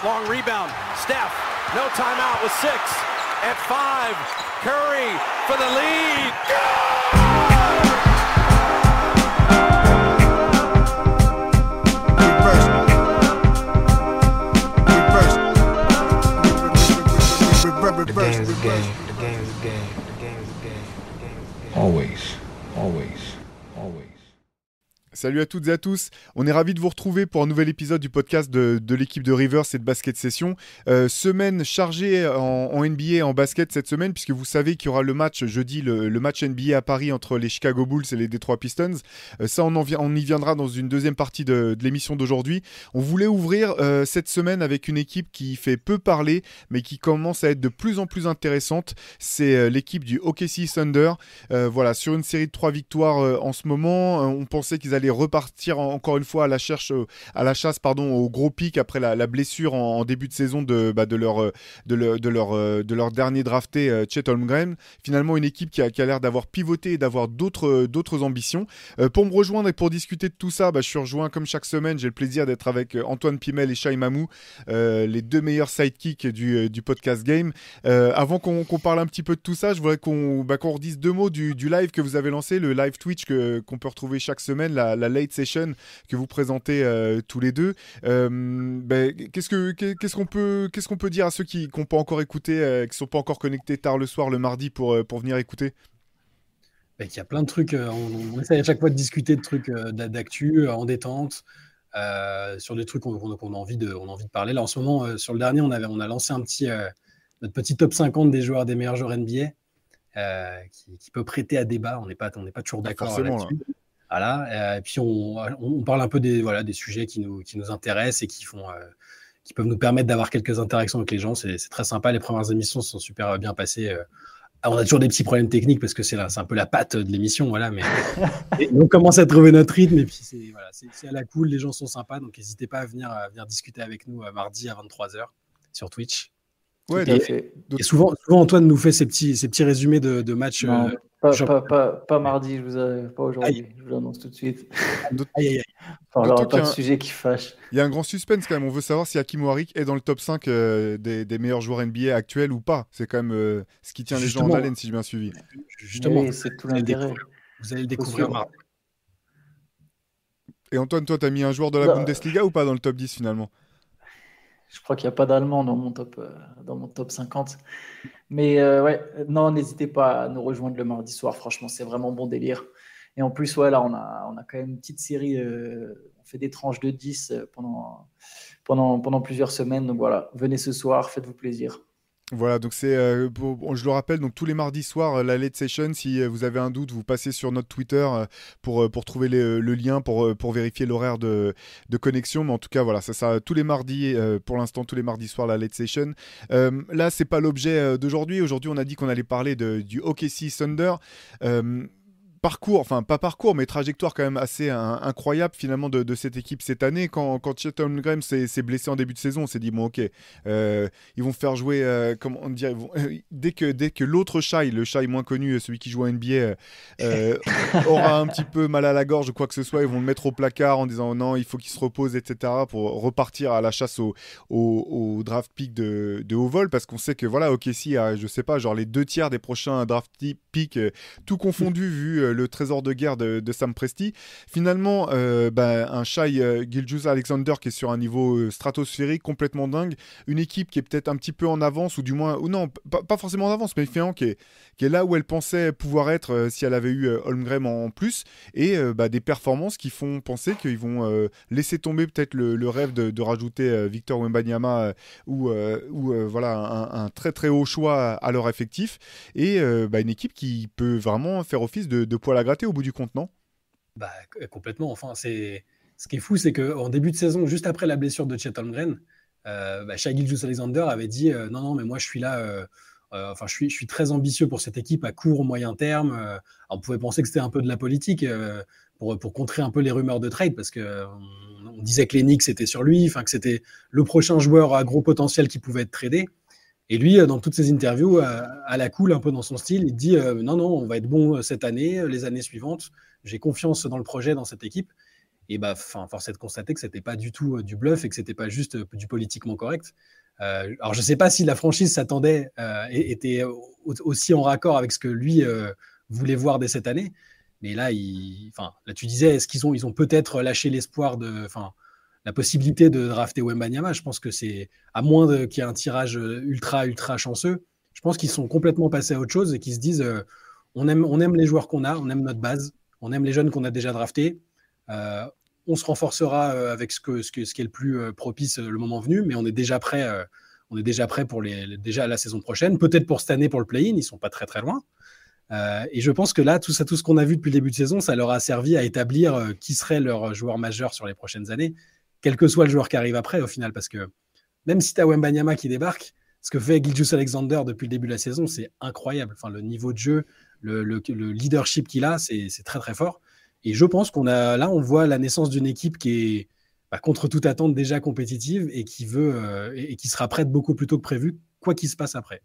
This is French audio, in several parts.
long rebound. Steph, no timeout with 6. At 5, Curry for the lead. The game is a game. The game is a game. The game is a game. The game is a game. Always. Salut à toutes et à tous, on est ravis de vous retrouver pour un nouvel épisode du podcast de l'équipe de Rivers et de Basket Session. Semaine chargée en NBA, en basket cette semaine, puisque vous savez qu'il y aura le match jeudi, le match NBA à Paris entre les Chicago Bulls et les Detroit Pistons. Ça, on y viendra dans une deuxième partie de l'émission d'aujourd'hui. On voulait ouvrir cette semaine avec une équipe qui fait peu parler, mais qui commence à être de plus en plus intéressante. C'est l'équipe du OKC Thunder. Voilà, sur une série de 3 victoires en ce moment, on pensait qu'ils allaient repartir encore une fois à la chasse au gros pic après la blessure en début de saison de leur dernier drafté Chet Holmgren. Finalement, une équipe qui a l'air d'avoir pivoté et d'avoir d'autres ambitions. Pour me rejoindre et pour discuter de tout ça, je suis rejoint comme chaque semaine. J'ai le plaisir d'être avec Antoine Pimel et Shai Mamou, les deux meilleurs sidekicks du podcast Game. Avant qu'on parle un petit peu de tout ça, je voudrais qu'on redise 2 mots du live que vous avez lancé, le live Twitch qu'on peut retrouver chaque semaine, la late session que vous présentez tous les deux. Qu'est-ce qu'on peut dire à ceux qui n'ont pas encore écouté, qui sont pas encore connectés tard le soir, le mardi pour venir écouter? Il y a plein de trucs. On essaie à chaque fois de discuter de trucs d'actu en détente, sur des trucs qu'on a envie de parler. Là, en ce moment, sur le dernier, on a lancé notre petit top 50 des joueurs, des meilleurs joueurs NBA, qui peut prêter à débat. On n'est pas toujours d'accord là-dessus. Là. Voilà. Et puis on parle un peu des sujets qui nous intéressent et qui peuvent nous permettre d'avoir quelques interactions avec les gens. C'est très sympa. Les premières émissions se sont super bien passées. On a toujours des petits problèmes techniques parce que c'est un peu la patte de l'émission, voilà. Mais on commence à trouver notre rythme et puis c'est à la cool. Les gens sont sympas, donc n'hésitez pas à venir discuter avec nous mardi à 23h sur Twitch. Ouais, et souvent Antoine nous fait ces petits résumés de matchs. Non, pas mardi, pas aujourd'hui, je vous l'annonce tout de suite. Aïe. Enfin, alors, pas de sujet qui fâche. Il y a un grand suspense quand même, on veut savoir si Hakim Ouarik est dans le top 5 des meilleurs joueurs NBA actuels ou pas. C'est quand même ce qui tient les gens en haleine, si j'ai bien suivi. Justement, oui, c'est tout l'intérêt. Vous allez le découvrir mardi. Et Antoine, toi, t'as mis un joueur de la Bundesliga ou pas dans le top 10 finalement? Je crois qu'il n'y a pas d'Allemand dans mon top 50. Mais non, n'hésitez pas à nous rejoindre le mardi soir. Franchement, c'est vraiment bon délire. Et en plus, là, on a quand même une petite série. On fait des tranches de 10 pendant plusieurs semaines. Donc voilà, venez ce soir, faites-vous plaisir. Voilà, donc je le rappelle, donc tous les mardis soirs, la late session, si vous avez un doute, vous passez sur notre Twitter pour trouver le lien, pour vérifier l'horaire de connexion. Mais en tout cas, voilà, ça tous les mardis, pour l'instant, tous les mardis soirs, la late session. Là, c'est pas l'objet d'aujourd'hui. Aujourd'hui, on a dit qu'on allait parler du OKC Thunder. Mais trajectoire quand même assez incroyable finalement de cette équipe cette année. Quand Chet Holmgren s'est blessé en début de saison, on s'est dit bon ok, ils vont faire jouer dès que l'autre Shai, le Shai moins connu, celui qui joue en NBA, aura un petit peu mal à la gorge ou quoi que ce soit, ils vont le mettre au placard en disant non, il faut qu'il se repose, etc. pour repartir à la chasse au draft pick de haut vol, parce qu'on sait que voilà, OKC a, je sais pas, genre les 2/3 des prochains draft picks, tout confondu vu le trésor de guerre de Sam Presti. Finalement, un Shai Gilgeous-Alexander qui est sur un niveau stratosphérique, complètement dingue. Une équipe qui est peut-être un petit peu en avance, ou non, pas forcément en avance, mais finalement qui est là où elle pensait pouvoir être si elle avait eu Holmgren en plus. Et des performances qui font penser qu'ils vont laisser tomber peut-être le rêve de rajouter Victor Wembanyama ou un très très haut choix à leur effectif. Et une équipe qui peut vraiment faire office de poil à gratter au bout du compte, non ? Complètement. Enfin, ce qui est fou, c'est qu'en début de saison, juste après la blessure de Chet Holmgren, Shai Gilgeous-Alexander avait dit non, mais moi je suis là, je suis très ambitieux pour cette équipe à court, moyen terme. On pouvait penser que c'était un peu de la politique pour contrer un peu les rumeurs de trade, parce qu'on disait que les Knicks étaient sur lui, que c'était le prochain joueur à gros potentiel qui pouvait être tradé. Et lui, dans toutes ses interviews, à la cool, un peu dans son style, il dit non, on va être bon cette année, les années suivantes. J'ai confiance dans le projet, dans cette équipe. Et force est de constater que c'était pas du tout du bluff et que c'était pas juste du politiquement correct. Alors je sais pas si la franchise s'attendait était aussi en raccord avec ce que lui voulait voir dès cette année. Mais là, là tu disais, est-ce ils ont peut-être lâché l'espoir la possibilité de drafter Wembanyama. Je pense que c'est, à moins qu'il y ait un tirage ultra chanceux, je pense qu'ils sont complètement passés à autre chose et qu'ils se disent on aime les joueurs qu'on a, on aime notre base, on aime les jeunes qu'on a déjà draftés. On se renforcera avec ce qui est le plus propice le moment venu, mais on est déjà prêt pour déjà la saison prochaine, peut-être pour cette année pour le play-in, ils sont pas très très loin. Et je pense que là, tout ce qu'on a vu depuis le début de saison, ça leur a servi à établir qui serait leur joueur majeur sur les prochaines années, quel que soit le joueur qui arrive après au final, parce que même si tu as Wembanyama qui débarque, ce que fait Gilgeous-Alexander depuis le début de la saison, c'est incroyable. Enfin, le niveau de jeu, le leadership qu'il a, c'est très très fort. Et je pense on voit la naissance d'une équipe qui est contre toute attente déjà compétitive et qui qui sera prête beaucoup plus tôt que prévu, quoi qu'il se passe après.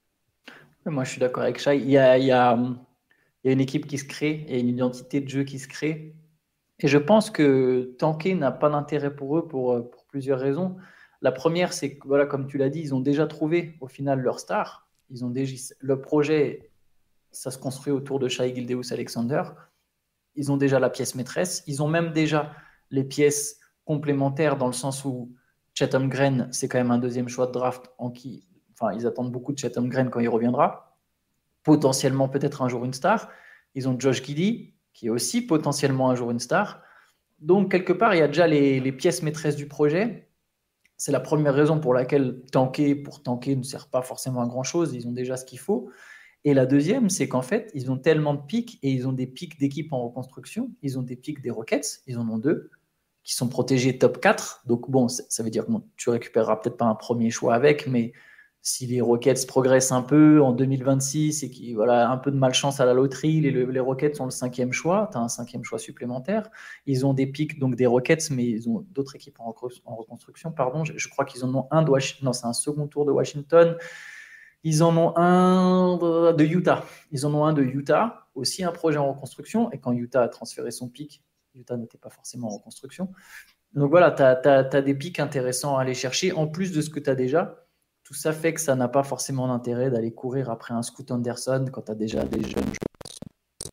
Moi, je suis d'accord avec Shai. Il y a une équipe qui se crée, il y a une identité de jeu qui se crée. Et je pense que tanker n'a pas d'intérêt pour eux pour plusieurs raisons. La première, c'est que, voilà, comme tu l'as dit, ils ont déjà trouvé au final leur star. Le projet, ça se construit autour de Shai Gilgeous-Alexander. Ils ont déjà la pièce maîtresse. Ils ont même déjà les pièces complémentaires dans le sens où Chet Holmgren, c'est quand même un deuxième choix de draft ils attendent beaucoup de Chet Holmgren quand il reviendra. Potentiellement, peut-être un jour une star. Ils ont Josh Giddey, qui est aussi potentiellement un jour une star. Donc, quelque part, il y a déjà les pièces maîtresses du projet. C'est la première raison pour laquelle tanker ne sert pas forcément à grand-chose. Ils ont déjà ce qu'il faut. Et la deuxième, c'est qu'en fait, ils ont tellement de pics et ils ont des pics d'équipes en reconstruction. Ils ont des pics des Rockets, ils en ont 2, qui sont protégés top 4. Donc, bon, ça veut dire que tu récupéreras peut-être pas un premier choix avec, mais si les Rockets progressent un peu en 2026 et qu'il un peu de malchance à la loterie, les Rockets sont le 5e choix, tu as un 5e choix supplémentaire. Ils ont des pics, donc des Rockets, mais ils ont d'autres équipes en reconstruction. Pardon, je crois qu'ils en ont un de Washington. Non, c'est un second tour de Washington. Ils en ont un de Utah. Ils en ont un de Utah, aussi un projet en reconstruction. Et quand Utah a transféré son pic, Utah n'était pas forcément en reconstruction. Donc voilà, tu as des pics intéressants à aller chercher, en plus de ce que tu as déjà. Tout ça fait que ça n'a pas forcément d'intérêt d'aller courir après un Scoot Anderson quand tu as déjà des jeunes joueurs.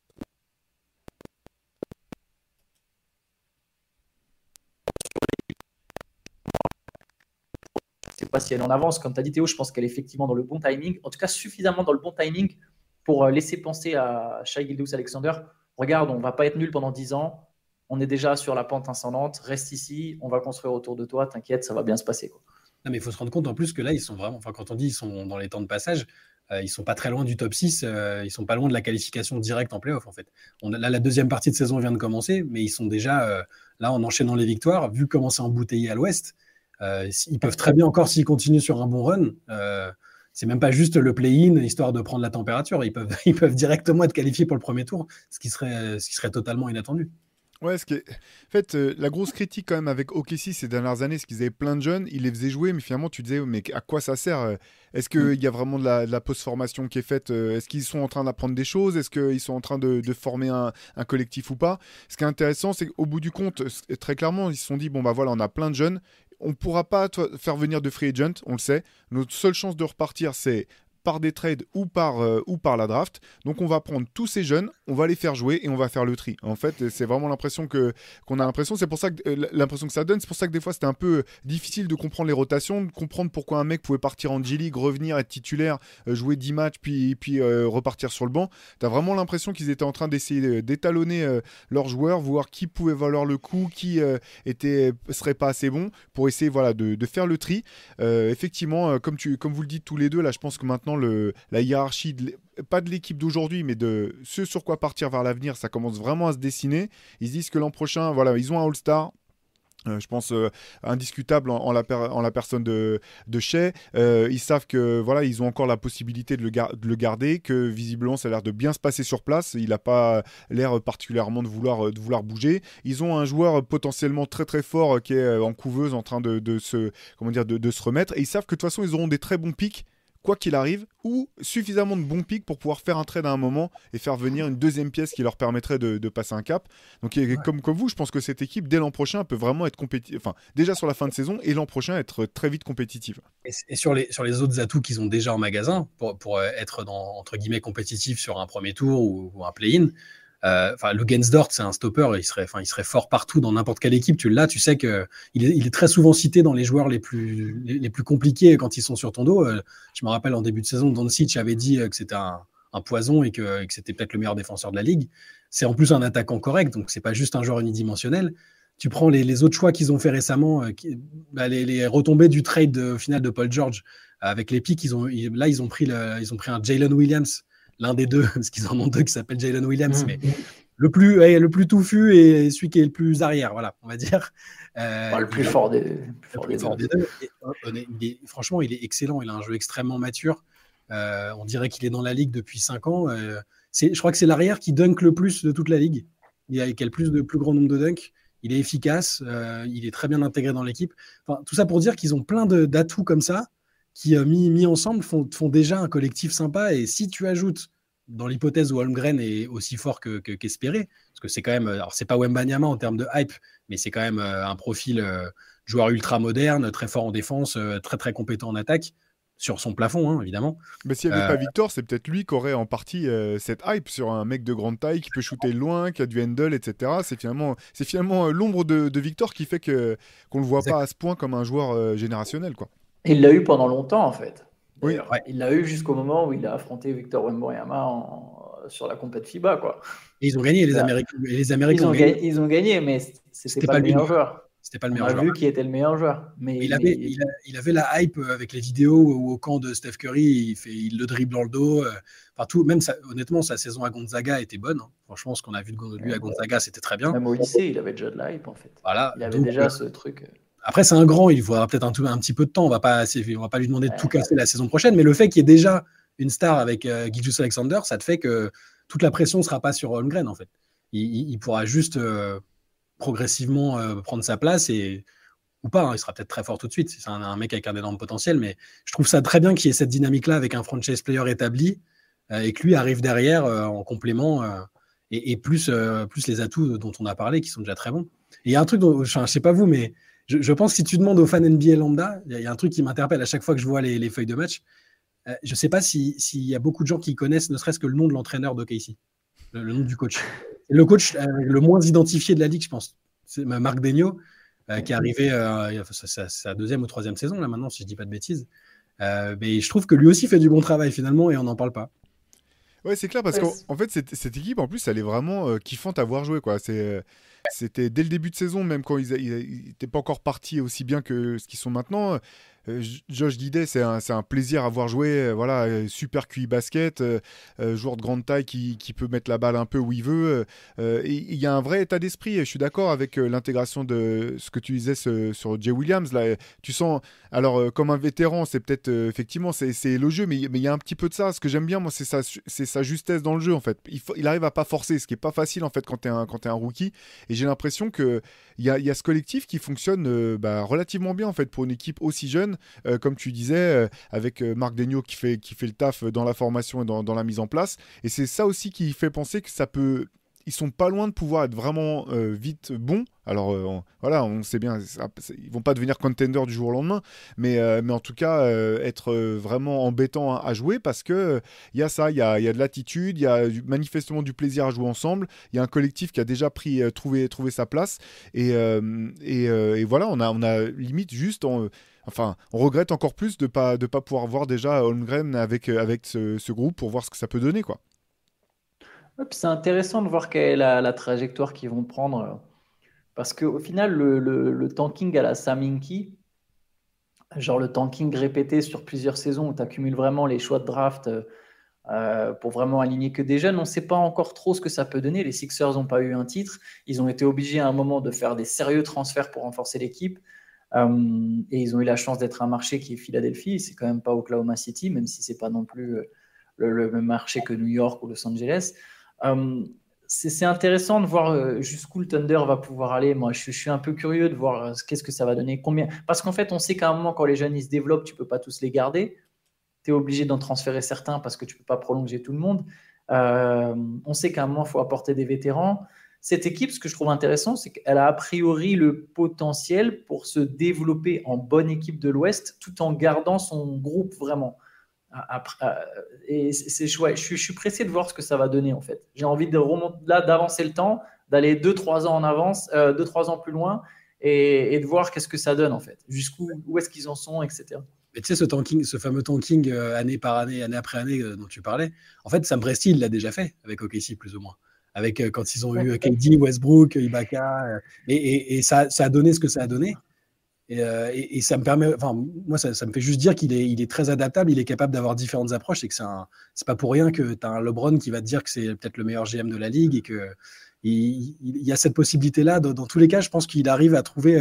Je ne sais pas si elle est en avance. Comme tu as dit, Théo, je pense qu'elle est effectivement dans le bon timing. En tout cas, suffisamment dans le bon timing pour laisser penser à Shai Gilgeous-Alexander. Regarde, on ne va pas être nul pendant 10 ans. On est déjà sur la pente ascendante. Reste ici. On va construire autour de toi. T'inquiète, ça va bien se passer, quoi. Non, mais il faut se rendre compte en plus que là, ils sont vraiment. Enfin, quand on dit ils sont dans les temps de passage, ils sont pas très loin du top 6. Ils sont pas loin de la qualification directe en play-off, en fait. Là, la deuxième partie de saison vient de commencer, mais ils sont déjà là en enchaînant les victoires. Vu comment c'est embouteillé à l'ouest, ils peuvent très bien encore, s'ils continuent sur un bon run, c'est même pas juste le play-in histoire de prendre la température. Ils peuvent directement être qualifiés pour le premier tour, ce qui serait totalement inattendu. Ouais, en fait, la grosse critique quand même avec OKC ces dernières années, c'est qu'ils avaient plein de jeunes, ils les faisaient jouer, mais finalement tu disais, mais à quoi ça sert? Est-ce qu'il y a vraiment de la post-formation qui est faite? Est-ce qu'ils sont en train d'apprendre des choses? Est-ce qu'ils sont en train de former un collectif ou pas? Ce qui est intéressant, c'est qu'au bout du compte, très clairement, ils se sont dit, bon bah voilà, on a plein de jeunes, on ne pourra pas faire venir de free agent, on le sait. Notre seule chance de repartir, c'est par des trades ou par la draft. Donc on va prendre tous ces jeunes, on va les faire jouer et on va faire le tri. En fait, c'est vraiment l'impression qu'on a l'impression. C'est pour ça que l'impression que ça donne. C'est pour ça que des fois c'était un peu difficile de comprendre les rotations, de comprendre pourquoi un mec pouvait partir en G-League, revenir être titulaire, jouer 10 matchs puis repartir sur le banc. T'as vraiment l'impression qu'ils étaient en train d'essayer d'étalonner leurs joueurs, voir qui pouvait valoir le coup, qui serait pas assez bon pour essayer de faire le tri. Effectivement, comme vous le dites tous les deux là, je pense que maintenant la hiérarchie, pas de l'équipe d'aujourd'hui, mais de ce sur quoi partir vers l'avenir, ça commence vraiment à se dessiner. Ils se disent que l'an prochain, ils ont un All-Star. Je pense indiscutable en la personne de Shai. Ils savent que ils ont encore la possibilité de le garder, que visiblement ça a l'air de bien se passer sur place. Il n'a pas l'air particulièrement de vouloir bouger. Ils ont un joueur potentiellement très très fort qui est en couveuse en train de se remettre. Et ils savent que de toute façon ils auront des très bons pics quoi qu'il arrive, ou suffisamment de bons pics pour pouvoir faire un trade à un moment et faire venir une deuxième pièce qui leur permettrait de passer un cap. Donc comme vous, je pense que cette équipe, dès l'an prochain, peut vraiment être compétitive, enfin déjà sur la fin de saison, et l'an prochain être très vite compétitive. Et sur les autres atouts qu'ils ont déjà en magasin, pour être entre guillemets compétitif sur un premier tour ou un play-in, Luguensdorf, c'est un stopper, il serait fort partout dans n'importe quelle équipe. Tu l'as, tu sais qu'il est très souvent cité dans les joueurs les plus compliqués quand ils sont sur ton dos. Je me rappelle en début de saison, Doncic avait dit que c'était un poison et que c'était peut-être le meilleur défenseur de la ligue. C'est en plus un attaquant correct, donc c'est pas juste un joueur unidimensionnel. Tu prends les autres choix qu'ils ont fait récemment, les retombées du trade final de Paul George avec les pics, ils ont pris un Jalen Williams, l'un des deux, parce qu'ils en ont deux qui s'appellent Jalen Williams, mais le plus touffu et celui qui est le plus arrière, voilà, on va dire. Le plus fort des deux. Franchement, il est excellent, il a un jeu extrêmement mature. On dirait qu'il est dans la ligue depuis 5 ans. Je crois que c'est l'arrière qui dunk le plus de toute la ligue. Il a le plus grand nombre de dunks. Il est efficace, il est très bien intégré dans l'équipe. Enfin, tout ça pour dire qu'ils ont plein d'atouts comme ça qui, mis ensemble, font déjà un collectif sympa. Et si tu ajoutes, dans l'hypothèse où Holmgren est aussi fort qu'espéré, parce que c'est quand même, alors c'est pas Wembanyama en termes de hype, mais c'est quand même un profil joueur ultra moderne, très fort en défense, très très compétent en attaque, sur son plafond, hein, évidemment. Mais s'il n'y avait pas Victor, c'est peut-être lui qui aurait en partie cette hype sur un mec de grande taille qui peut shooter loin, qui a du handle, etc. C'est finalement l'ombre de Victor qui fait qu'on ne le voit pas à ce point comme un joueur générationnel, quoi. Il l'a eu pendant longtemps, en fait. Oui. Ouais. Il l'a eu jusqu'au moment où il a affronté Victor Wembanyama sur la compète FIBA, quoi. Et ils ont gagné, les Américains. Ils ont gagné, mais c'était pas le meilleur joueur. C'était pas le meilleur joueur. On a vu qui était le meilleur joueur. Mais il avait la hype avec les vidéos où au camp de Steph Curry, il le dribble dans le dos. Partout, même honnêtement, sa saison à Gonzaga était bonne. Hein. Franchement, ce qu'on a vu de lui à Gonzaga, c'était très bien. Même au lycée, il avait déjà de la hype, en fait. Voilà, il avait déjà ce truc. Après, c'est un grand, il faudra peut-être un petit peu de temps. On va pas lui demander de tout casser la saison prochaine, mais le fait qu'il y ait déjà une star avec Gilgeous-Alexander, ça te fait que toute la pression ne sera pas sur Holmgren, en fait. Il pourra juste progressivement prendre sa place ou pas, hein, il sera peut-être très fort tout de suite. C'est un mec avec un énorme potentiel, mais je trouve ça très bien qu'il y ait cette dynamique-là avec un franchise player établi et que lui arrive derrière en complément et plus les atouts dont on a parlé qui sont déjà très bons. Et il y a un truc, je ne sais pas vous, mais je pense que si tu demandes aux fans NBA lambda, il y a un truc qui m'interpelle à chaque fois que je vois les feuilles de match. Je ne sais pas s'il y a beaucoup de gens qui connaissent ne serait-ce que le nom de l'entraîneur d'OKC, le nom du coach. Le coach le moins identifié de la ligue, je pense. C'est Marc Daigneault, qui est arrivé sa deuxième ou troisième saison, là maintenant, si je ne dis pas de bêtises. Mais je trouve que lui aussi fait du bon travail, finalement, et on n'en parle pas. Ouais, c'est clair, parce qu'en fait, cette équipe, en plus, elle est vraiment kiffante à voir jouer, quoi. C'était dès le début de saison, même quand ils n'étaient pas encore partis aussi bien que ce qu'ils sont maintenant. Josh Giddey, c'est un plaisir à voir jouer. Voilà, super QI basket, joueur de grande taille qui peut mettre la balle un peu où il veut. Il y a un vrai état d'esprit. Je suis d'accord avec l'intégration de ce que tu disais sur Jay Williams. Là, tu sens, alors comme un vétéran, c'est peut-être effectivement c'est élogieux, mais il y a un petit peu de ça. Ce que j'aime bien, moi, c'est sa justesse dans le jeu, en fait. Il arrive à pas forcer, ce qui est pas facile en fait quand t'es un rookie. Et j'ai l'impression que il y a ce collectif qui fonctionne relativement bien en fait pour une équipe aussi jeune. Comme tu disais, avec Marc Daigneault qui fait le taf dans la formation et dans la mise en place. Et c'est ça aussi qui fait penser que ça peut... Ils sont pas loin de pouvoir être vraiment vite bons. Alors voilà, on sait bien, ils vont pas devenir contender du jour au lendemain, mais en tout cas être vraiment embêtant à jouer parce que il y a ça, il y a de l'attitude, il y a manifestement du plaisir à jouer ensemble. Il y a un collectif qui a déjà trouvé sa place et voilà, on a limite juste Enfin, on regrette encore plus de pas pouvoir voir déjà Holmgren avec ce groupe pour voir ce que ça peut donner, quoi. Ouais, puis c'est intéressant de voir quelle est la trajectoire qu'ils vont prendre. Parce qu'au final, le tanking à la Sam Hinkie, genre le tanking répété sur plusieurs saisons où tu accumules vraiment les choix de draft pour vraiment aligner que des jeunes, on ne sait pas encore trop ce que ça peut donner. Les Sixers n'ont pas eu un titre. Ils ont été obligés à un moment de faire des sérieux transferts pour renforcer l'équipe. Et ils ont eu la chance d'être un marché qui est Philadelphie. C'est quand même pas Oklahoma City, même si c'est pas non plus le même marché que New York ou Los Angeles. C'est intéressant de voir jusqu'où le Thunder va pouvoir aller. Moi, je suis un peu curieux de voir qu'est-ce que ça va donner, combien. Parce qu'en fait, on sait qu'à un moment, quand les jeunes ils se développent, tu peux pas tous les garder. tu es obligé d'en transférer certains parce que tu ne peux pas prolonger tout le monde. On sait qu'à un moment, il faut apporter des vétérans. Cette équipe, ce que je trouve intéressant, c'est qu'elle a a priori le potentiel pour se développer en bonne équipe de l'Ouest tout en gardant son groupe vraiment. Et c'est chouette. Je suis pressé de voir ce que ça va donner en fait. J'ai envie de remonter là, d'avancer le temps, d'aller 2-3 ans en avance, 2-3 ans plus loin et de voir qu'est-ce que ça donne en fait. Où est-ce qu'ils en sont, etc. Mais tu sais, ce fameux tanking année par année, année après année dont tu parlais, en fait, Sam Presti, il l'a déjà fait avec OKC plus ou moins. Avec quand ils ont eu KD, Westbrook, Ibaka, et ça a donné ce que ça a donné. Et ça me permet, enfin, moi, ça me fait juste dire qu'il est très adaptable, il est capable d'avoir différentes approches. C'est que c'est pas pour rien que tu as un LeBron qui va te dire que c'est peut-être le meilleur GM de la ligue et que il y a cette possibilité-là. Dans tous les cas, je pense qu'il arrive à trouver,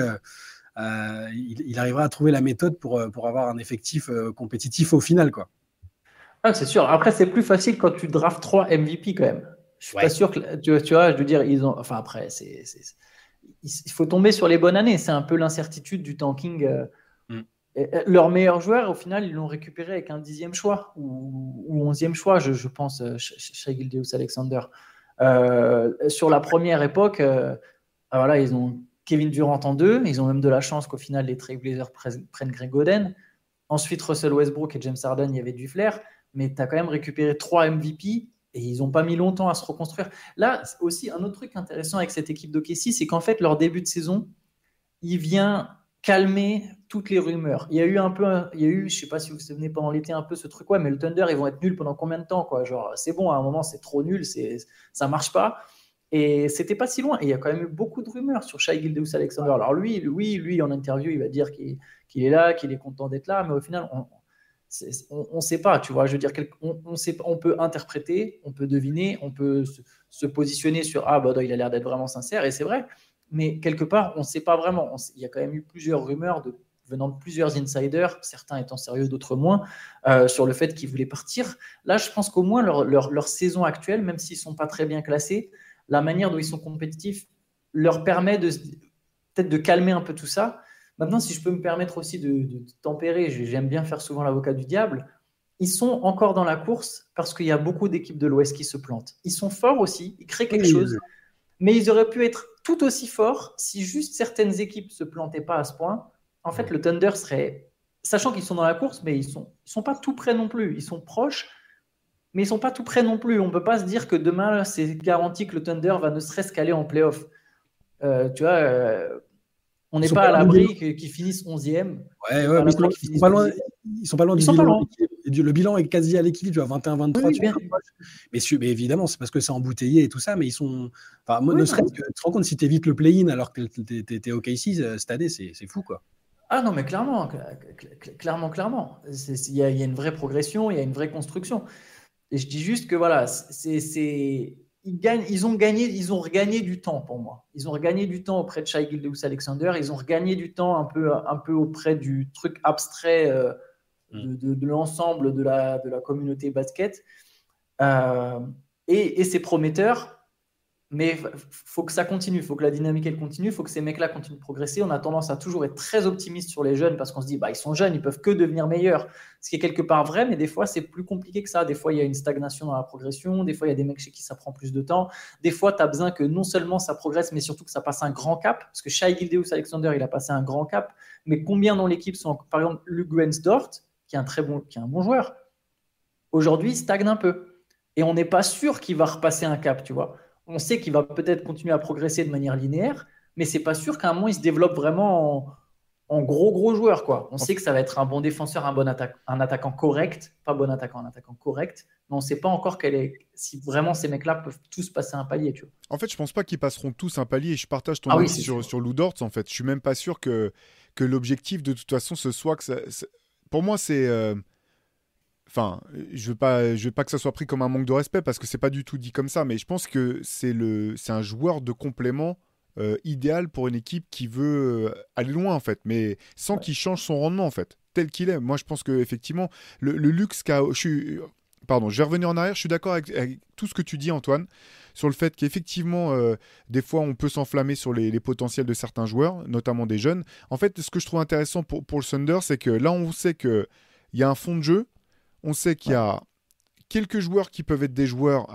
il arrivera à trouver la méthode pour avoir un effectif compétitif au final, quoi. Ah, c'est sûr. Après, c'est plus facile quand tu drafts 3 MVP quand même. Je suis pas sûr que tu vois, je veux dire, enfin après, il faut tomber sur les bonnes années. C'est un peu l'incertitude du tanking. Leur meilleur joueur, au final, ils l'ont récupéré avec un 10e choix ou 11e choix, je pense, Shai Gilgeous-Alexander. Sur la première époque, voilà, ils ont Kevin Durant en 2. Ils ont même de la chance qu'au final, les Trailblazers prennent Greg Oden. Ensuite, Russell Westbrook et James Harden, il y avait du flair. Mais tu as quand même récupéré 3 MVP. Et ils n'ont pas mis longtemps à se reconstruire. Là, aussi, un autre truc intéressant avec cette équipe d'OKC, c'est qu'en fait, leur début de saison, il vient calmer toutes les rumeurs. Il y a eu, je ne sais pas si vous vous souvenez pendant l'été un peu ce truc, mais le Thunder, ils vont être nuls pendant combien de temps, quoi. Genre, c'est bon, à un moment, c'est trop nul, ça ne marche pas. Et c'était pas si loin. Et il y a quand même eu beaucoup de rumeurs sur Shai Gilgeous-Alexander. Alors lui, en interview, il va dire qu'il est là, qu'il est content d'être là, mais au final, on ne sait pas, tu vois. Je veux dire, on peut interpréter, on peut deviner, on peut se positionner sur il a l'air d'être vraiment sincère, et c'est vrai. Mais quelque part, on ne sait pas vraiment. Il y a quand même eu plusieurs rumeurs venant de plusieurs insiders, certains étant sérieux, d'autres moins, sur le fait qu'ils voulaient partir. Là, je pense qu'au moins leur saison actuelle, même s'ils ne sont pas très bien classés, la manière dont ils sont compétitifs leur permet peut-être de calmer un peu tout ça. Maintenant, si je peux me permettre aussi de tempérer, j'aime bien faire souvent l'avocat du diable, ils sont encore dans la course parce qu'il y a beaucoup d'équipes de l'Ouest qui se plantent. Ils sont forts aussi, ils créent quelque chose, mais ils auraient pu être tout aussi forts si juste certaines équipes ne se plantaient pas à ce point. En fait, le Thunder serait, sachant qu'ils sont dans la course, mais ils sont pas tout près non plus. Ils sont proches, mais ils sont pas tout près non plus. On ne peut pas se dire que demain, c'est garanti que le Thunder va ne serait-ce qu'aller en play-off. Tu vois... on n'est pas à l'abri qu'ils finissent 11e. Ouais, mais ils sont pas loin. Ils sont pas loin du bilan. Le bilan est quasi à l'équilibre, tu vois, 21-23. Oui, mais évidemment, c'est parce que c'est embouteillé et tout ça, mais ils sont. Enfin, moi, ne serait-ce que tu te rends compte si tu évites le play-in alors que t'es OKC cette année, c'est fou, quoi. Ah non, mais clairement. Il y a une vraie progression, il y a une vraie construction. Et je dis juste que voilà, ils ont regagné du temps pour moi. Ils ont regagné du temps auprès de Shai Gilgeous-Alexander. Ils ont regagné du temps un peu auprès du truc abstrait de l'ensemble de la communauté basket. Et c'est prometteur, mais il faut que ça continue. Il faut que la dynamique elle continue. Il faut que ces mecs-là continuent de progresser. On a tendance à toujours être très optimiste sur les jeunes parce qu'on se dit ils sont jeunes, ils peuvent que devenir meilleurs. Ce qui est quelque part vrai, mais des fois, c'est plus compliqué que ça. Des fois, il y a une stagnation dans la progression. Des fois, il y a des mecs chez qui ça prend plus de temps. Des fois, tu as besoin que non seulement ça progresse, mais surtout que ça passe un grand cap. Parce que Shai Gilgeous-Alexander, il a passé un grand cap. Mais combien dans l'équipe sont, par exemple, Luke Dort, qui est un bon joueur, aujourd'hui, il stagne un peu. Et on n'est pas sûr qu'il va repasser un cap, tu vois. On sait qu'il va peut-être continuer à progresser de manière linéaire, mais c'est pas sûr qu'à un moment, il se développe vraiment en gros joueur, quoi. On sait que ça va être un bon défenseur, un attaquant correct, pas bon attaquant, un attaquant correct, mais on sait pas encore si vraiment ces mecs-là peuvent tous passer un palier, tu vois. En fait, je pense pas qu'ils passeront tous un palier. Je partage ton avis sur Lou Dort, en fait. Je suis même pas sûr que l'objectif, de toute façon, ce soit que ça... Pour moi, c'est... Enfin, je veux pas que ça soit pris comme un manque de respect parce que c'est pas du tout dit comme ça, mais je pense que c'est un joueur de complément idéal pour une équipe qui veut aller loin en fait, mais sans qu'il change son rendement en fait, tel qu'il est. Moi, je pense que effectivement, le luxe qu'a, je vais revenir en arrière. Je suis d'accord avec tout ce que tu dis, Antoine, sur le fait qu'effectivement, des fois, on peut s'enflammer sur les potentiels de certains joueurs, notamment des jeunes. En fait, ce que je trouve intéressant pour le Thunder, c'est que là, on sait que il y a un fond de jeu. On sait qu'il y a quelques joueurs qui peuvent être des joueurs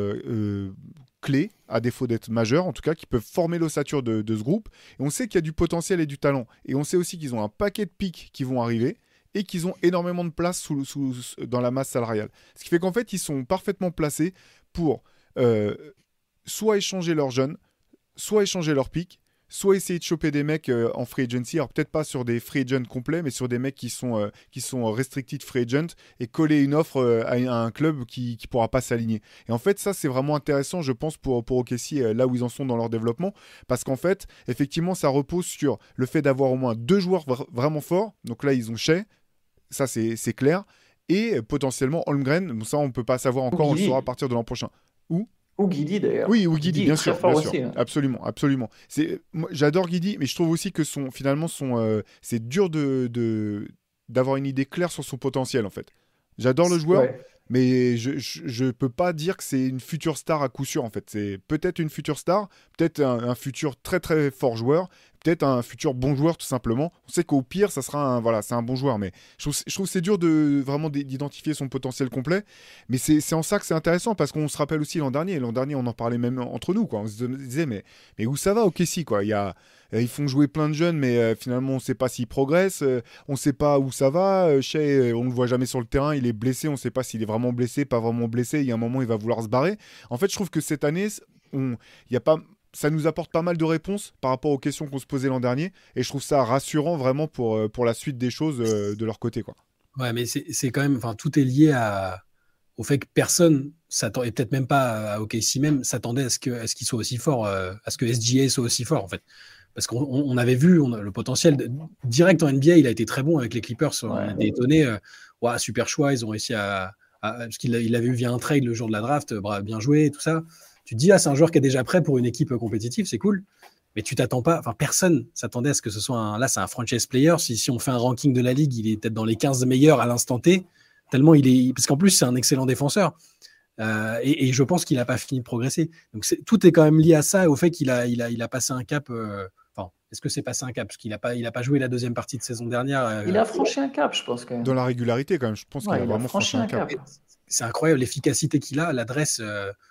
clés, à défaut d'être majeurs, en tout cas, qui peuvent former l'ossature de ce groupe. Et on sait qu'il y a du potentiel et du talent. Et on sait aussi qu'ils ont un paquet de pics qui vont arriver et qu'ils ont énormément de place dans la masse salariale. Ce qui fait qu'en fait, ils sont parfaitement placés pour soit échanger leurs jeunes, soit échanger leurs pics, soit essayer de choper des mecs en free agency, alors peut-être pas sur des free agents complets, mais sur des mecs qui sont restricted free agent et coller une offre à un club qui pourra pas s'aligner. Et en fait, ça, c'est vraiment intéressant, je pense, pour OKC, là où ils en sont dans leur développement, parce qu'en fait, effectivement, ça repose sur le fait d'avoir au moins 2 joueurs vraiment forts. Donc là, ils ont Shai, ça, c'est clair, et potentiellement Holmgren. Bon, ça, on peut pas savoir encore, on le saura à partir de l'an prochain. Ou Guidi d'ailleurs. Oui, ou Guidi, bien sûr. Aussi, hein. Absolument, absolument. Moi, j'adore Guidi, mais je trouve aussi que c'est dur d'avoir une idée claire sur son potentiel, en fait. J'adore le joueur, mais je peux pas dire que c'est une future star à coup sûr, en fait. C'est peut-être une future star, peut-être un futur très très fort joueur, peut-être un futur bon joueur tout simplement. On sait qu'au pire, ça sera c'est un bon joueur, mais je trouve que c'est dur vraiment d'identifier son potentiel complet. Mais c'est en ça que c'est intéressant, parce qu'on se rappelle aussi l'an dernier, on en parlait même entre nous, quoi. On se disait, mais où ça va, OKC, quoi. Ils font jouer plein de jeunes, mais finalement, on ne sait pas s'ils progressent, on ne sait pas où ça va. Shai, on ne le voit jamais sur le terrain, il est blessé, on ne sait pas s'il est vraiment blessé, pas vraiment blessé. Il y a un moment, il va vouloir se barrer. En fait, je trouve que cette année, ça nous apporte pas mal de réponses par rapport aux questions qu'on se posait l'an dernier, et je trouve ça rassurant vraiment pour la suite des choses de leur côté, quoi. Ouais, mais c'est quand même, enfin, tout est lié au fait que personne s'attend, et peut-être même pas à OKC même, s'attendait à ce qu'il soit aussi fort, à ce que SGA soit aussi fort, en fait. Parce qu'on avait vu le potentiel direct en NBA, il a été très bon avec les Clippers. On a été étonnés. Super choix, ils ont réussi parce qu'il avait eu via un trade le jour de la draft, bien joué, tout ça. Tu te dis, c'est un joueur qui est déjà prêt pour une équipe compétitive, c'est cool. Mais tu t'attends pas, enfin, personne s'attendait à ce que ce soit là, c'est un franchise player. Si on fait un ranking de la ligue, il est peut-être dans les 15 meilleurs à l'instant T, tellement parce qu'en plus, c'est un excellent défenseur. Et je pense qu'il n'a pas fini de progresser. Donc tout est quand même lié à ça, au fait qu'il a passé un cap. Est-ce que c'est passé un cap? Parce qu'il n'a pas joué la deuxième partie de saison dernière. Il a franchi un cap, je pense, quand même. Dans la régularité, quand même. Je pense qu'il a vraiment franchi un cap. C'est incroyable l'efficacité qu'il a, l'adresse.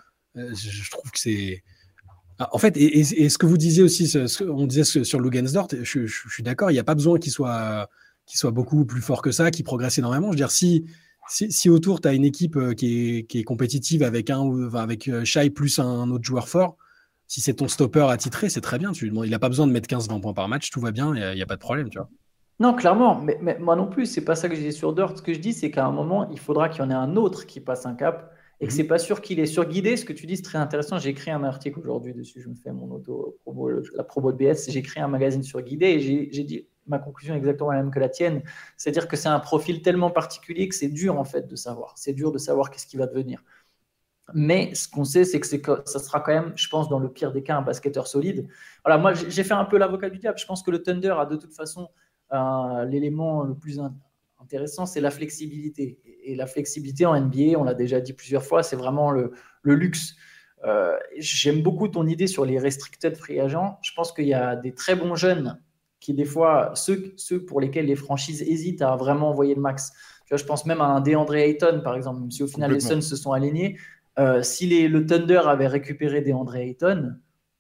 Je trouve que c'est. En fait, et ce que vous disiez aussi, on disait sur Lugansdort, je suis d'accord, il n'y a pas besoin qu'il soit beaucoup plus fort que ça, qu'il progresse énormément. Je veux dire, si autour, tu as une équipe qui est compétitive avec Shai plus un autre joueur fort, si c'est ton stopper attitré, c'est très bien. Il n'a pas besoin de mettre 15-20 points par match, tout va bien, il n'y a pas de problème, tu vois. Non, clairement, mais moi non plus, c'est pas ça que je dis sur Dort. Ce que je dis, c'est qu'à un moment, il faudra qu'il y en ait un autre qui passe un cap et que c'est pas sûr qu'il est surguidé. Ce que tu dis, c'est très intéressant. J'ai écrit un article aujourd'hui dessus, je me fais mon auto-promo, la promo de BS. J'ai écrit un magazine sur Guidé et j'ai dit ma conclusion est exactement la même que la tienne. C'est-à-dire que c'est un profil tellement particulier que c'est dur en fait de savoir. C'est dur de savoir qu'est-ce qui va devenir. Mais ce qu'on sait, c'est que ça sera quand même, je pense, dans le pire des cas, un basketteur solide. Voilà, moi, j'ai fait un peu l'avocat du diable. Je pense que le Thunder a de toute façon l'élément le plus intéressant, c'est la flexibilité. Et la flexibilité en NBA, on l'a déjà dit plusieurs fois, c'est vraiment le luxe. J'aime beaucoup ton idée sur les restricted free agents. Je pense qu'il y a des très bons jeunes qui, des fois, ceux pour lesquels les franchises hésitent à vraiment envoyer le max. Tu vois, je pense même à un DeAndre Ayton, par exemple, même si au final les Suns se sont alignés. Si le Thunder avait récupéré DeAndre Ayton,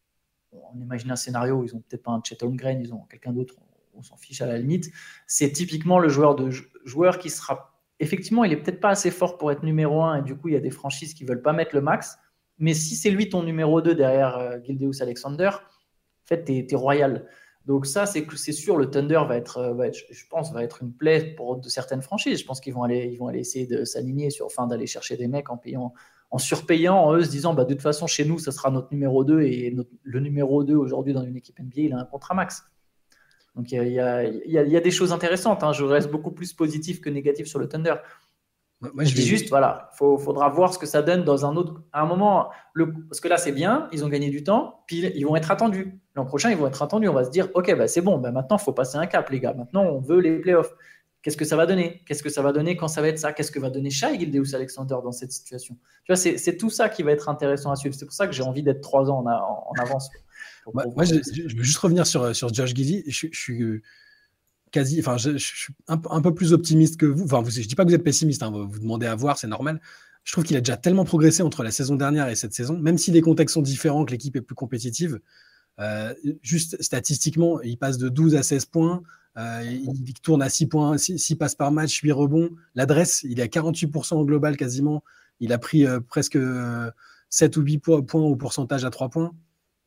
on imagine un scénario où ils n'ont peut-être pas un Chet Holmgren, ils ont quelqu'un d'autre, on s'en fiche à la limite. C'est typiquement le joueur qui sera... Effectivement, il n'est peut-être pas assez fort pour être numéro 1 et du coup, il y a des franchises qui ne veulent pas mettre le max. Mais si c'est lui ton numéro 2 derrière Gilgeous Alexander, en fait, tu es royal. Donc ça, c'est sûr, le Thunder va être une plaie pour de certaines franchises. Je pense qu'ils vont aller essayer de s'aligner d'aller chercher des mecs en surpayant, eux se disant de toute façon chez nous ça sera notre numéro 2 et le numéro 2 aujourd'hui dans une équipe NBA il a un contrat max. Donc il y a des choses intéressantes, hein. Je reste beaucoup plus positif que négatif sur le Thunder. Moi, je dis juste, voilà, faudra voir ce que ça donne dans à un moment, parce que là c'est bien, ils ont gagné du temps, puis ils vont être attendus. L'an prochain ils vont être attendus, on va se dire ok c'est bon, maintenant il faut passer un cap les gars, maintenant on veut les playoffs. Qu'est-ce que ça va donner? Qu'est-ce que ça va donner quand ça va être ça? Qu'est-ce que va donner Shai Gilgeous Alexander dans cette situation? Tu vois, c'est tout ça qui va être intéressant à suivre. C'est pour ça que j'ai envie d'être 3 ans en avance. Moi, je veux juste revenir sur Josh Giddey. je suis un peu plus optimiste que vous. Enfin, je dis pas que vous êtes pessimiste, hein, vous demandez à voir, c'est normal. Je trouve qu'il a déjà tellement progressé entre la saison dernière et cette saison, même si les contextes sont différents, que l'équipe est plus compétitive. Juste statistiquement, il passe de 12 à 16 points, il tourne à 6 points, 6 passes par match, 8 rebonds. L'adresse, il est à 48% au global quasiment. Il a pris presque 7 ou 8 points au pourcentage à 3 points.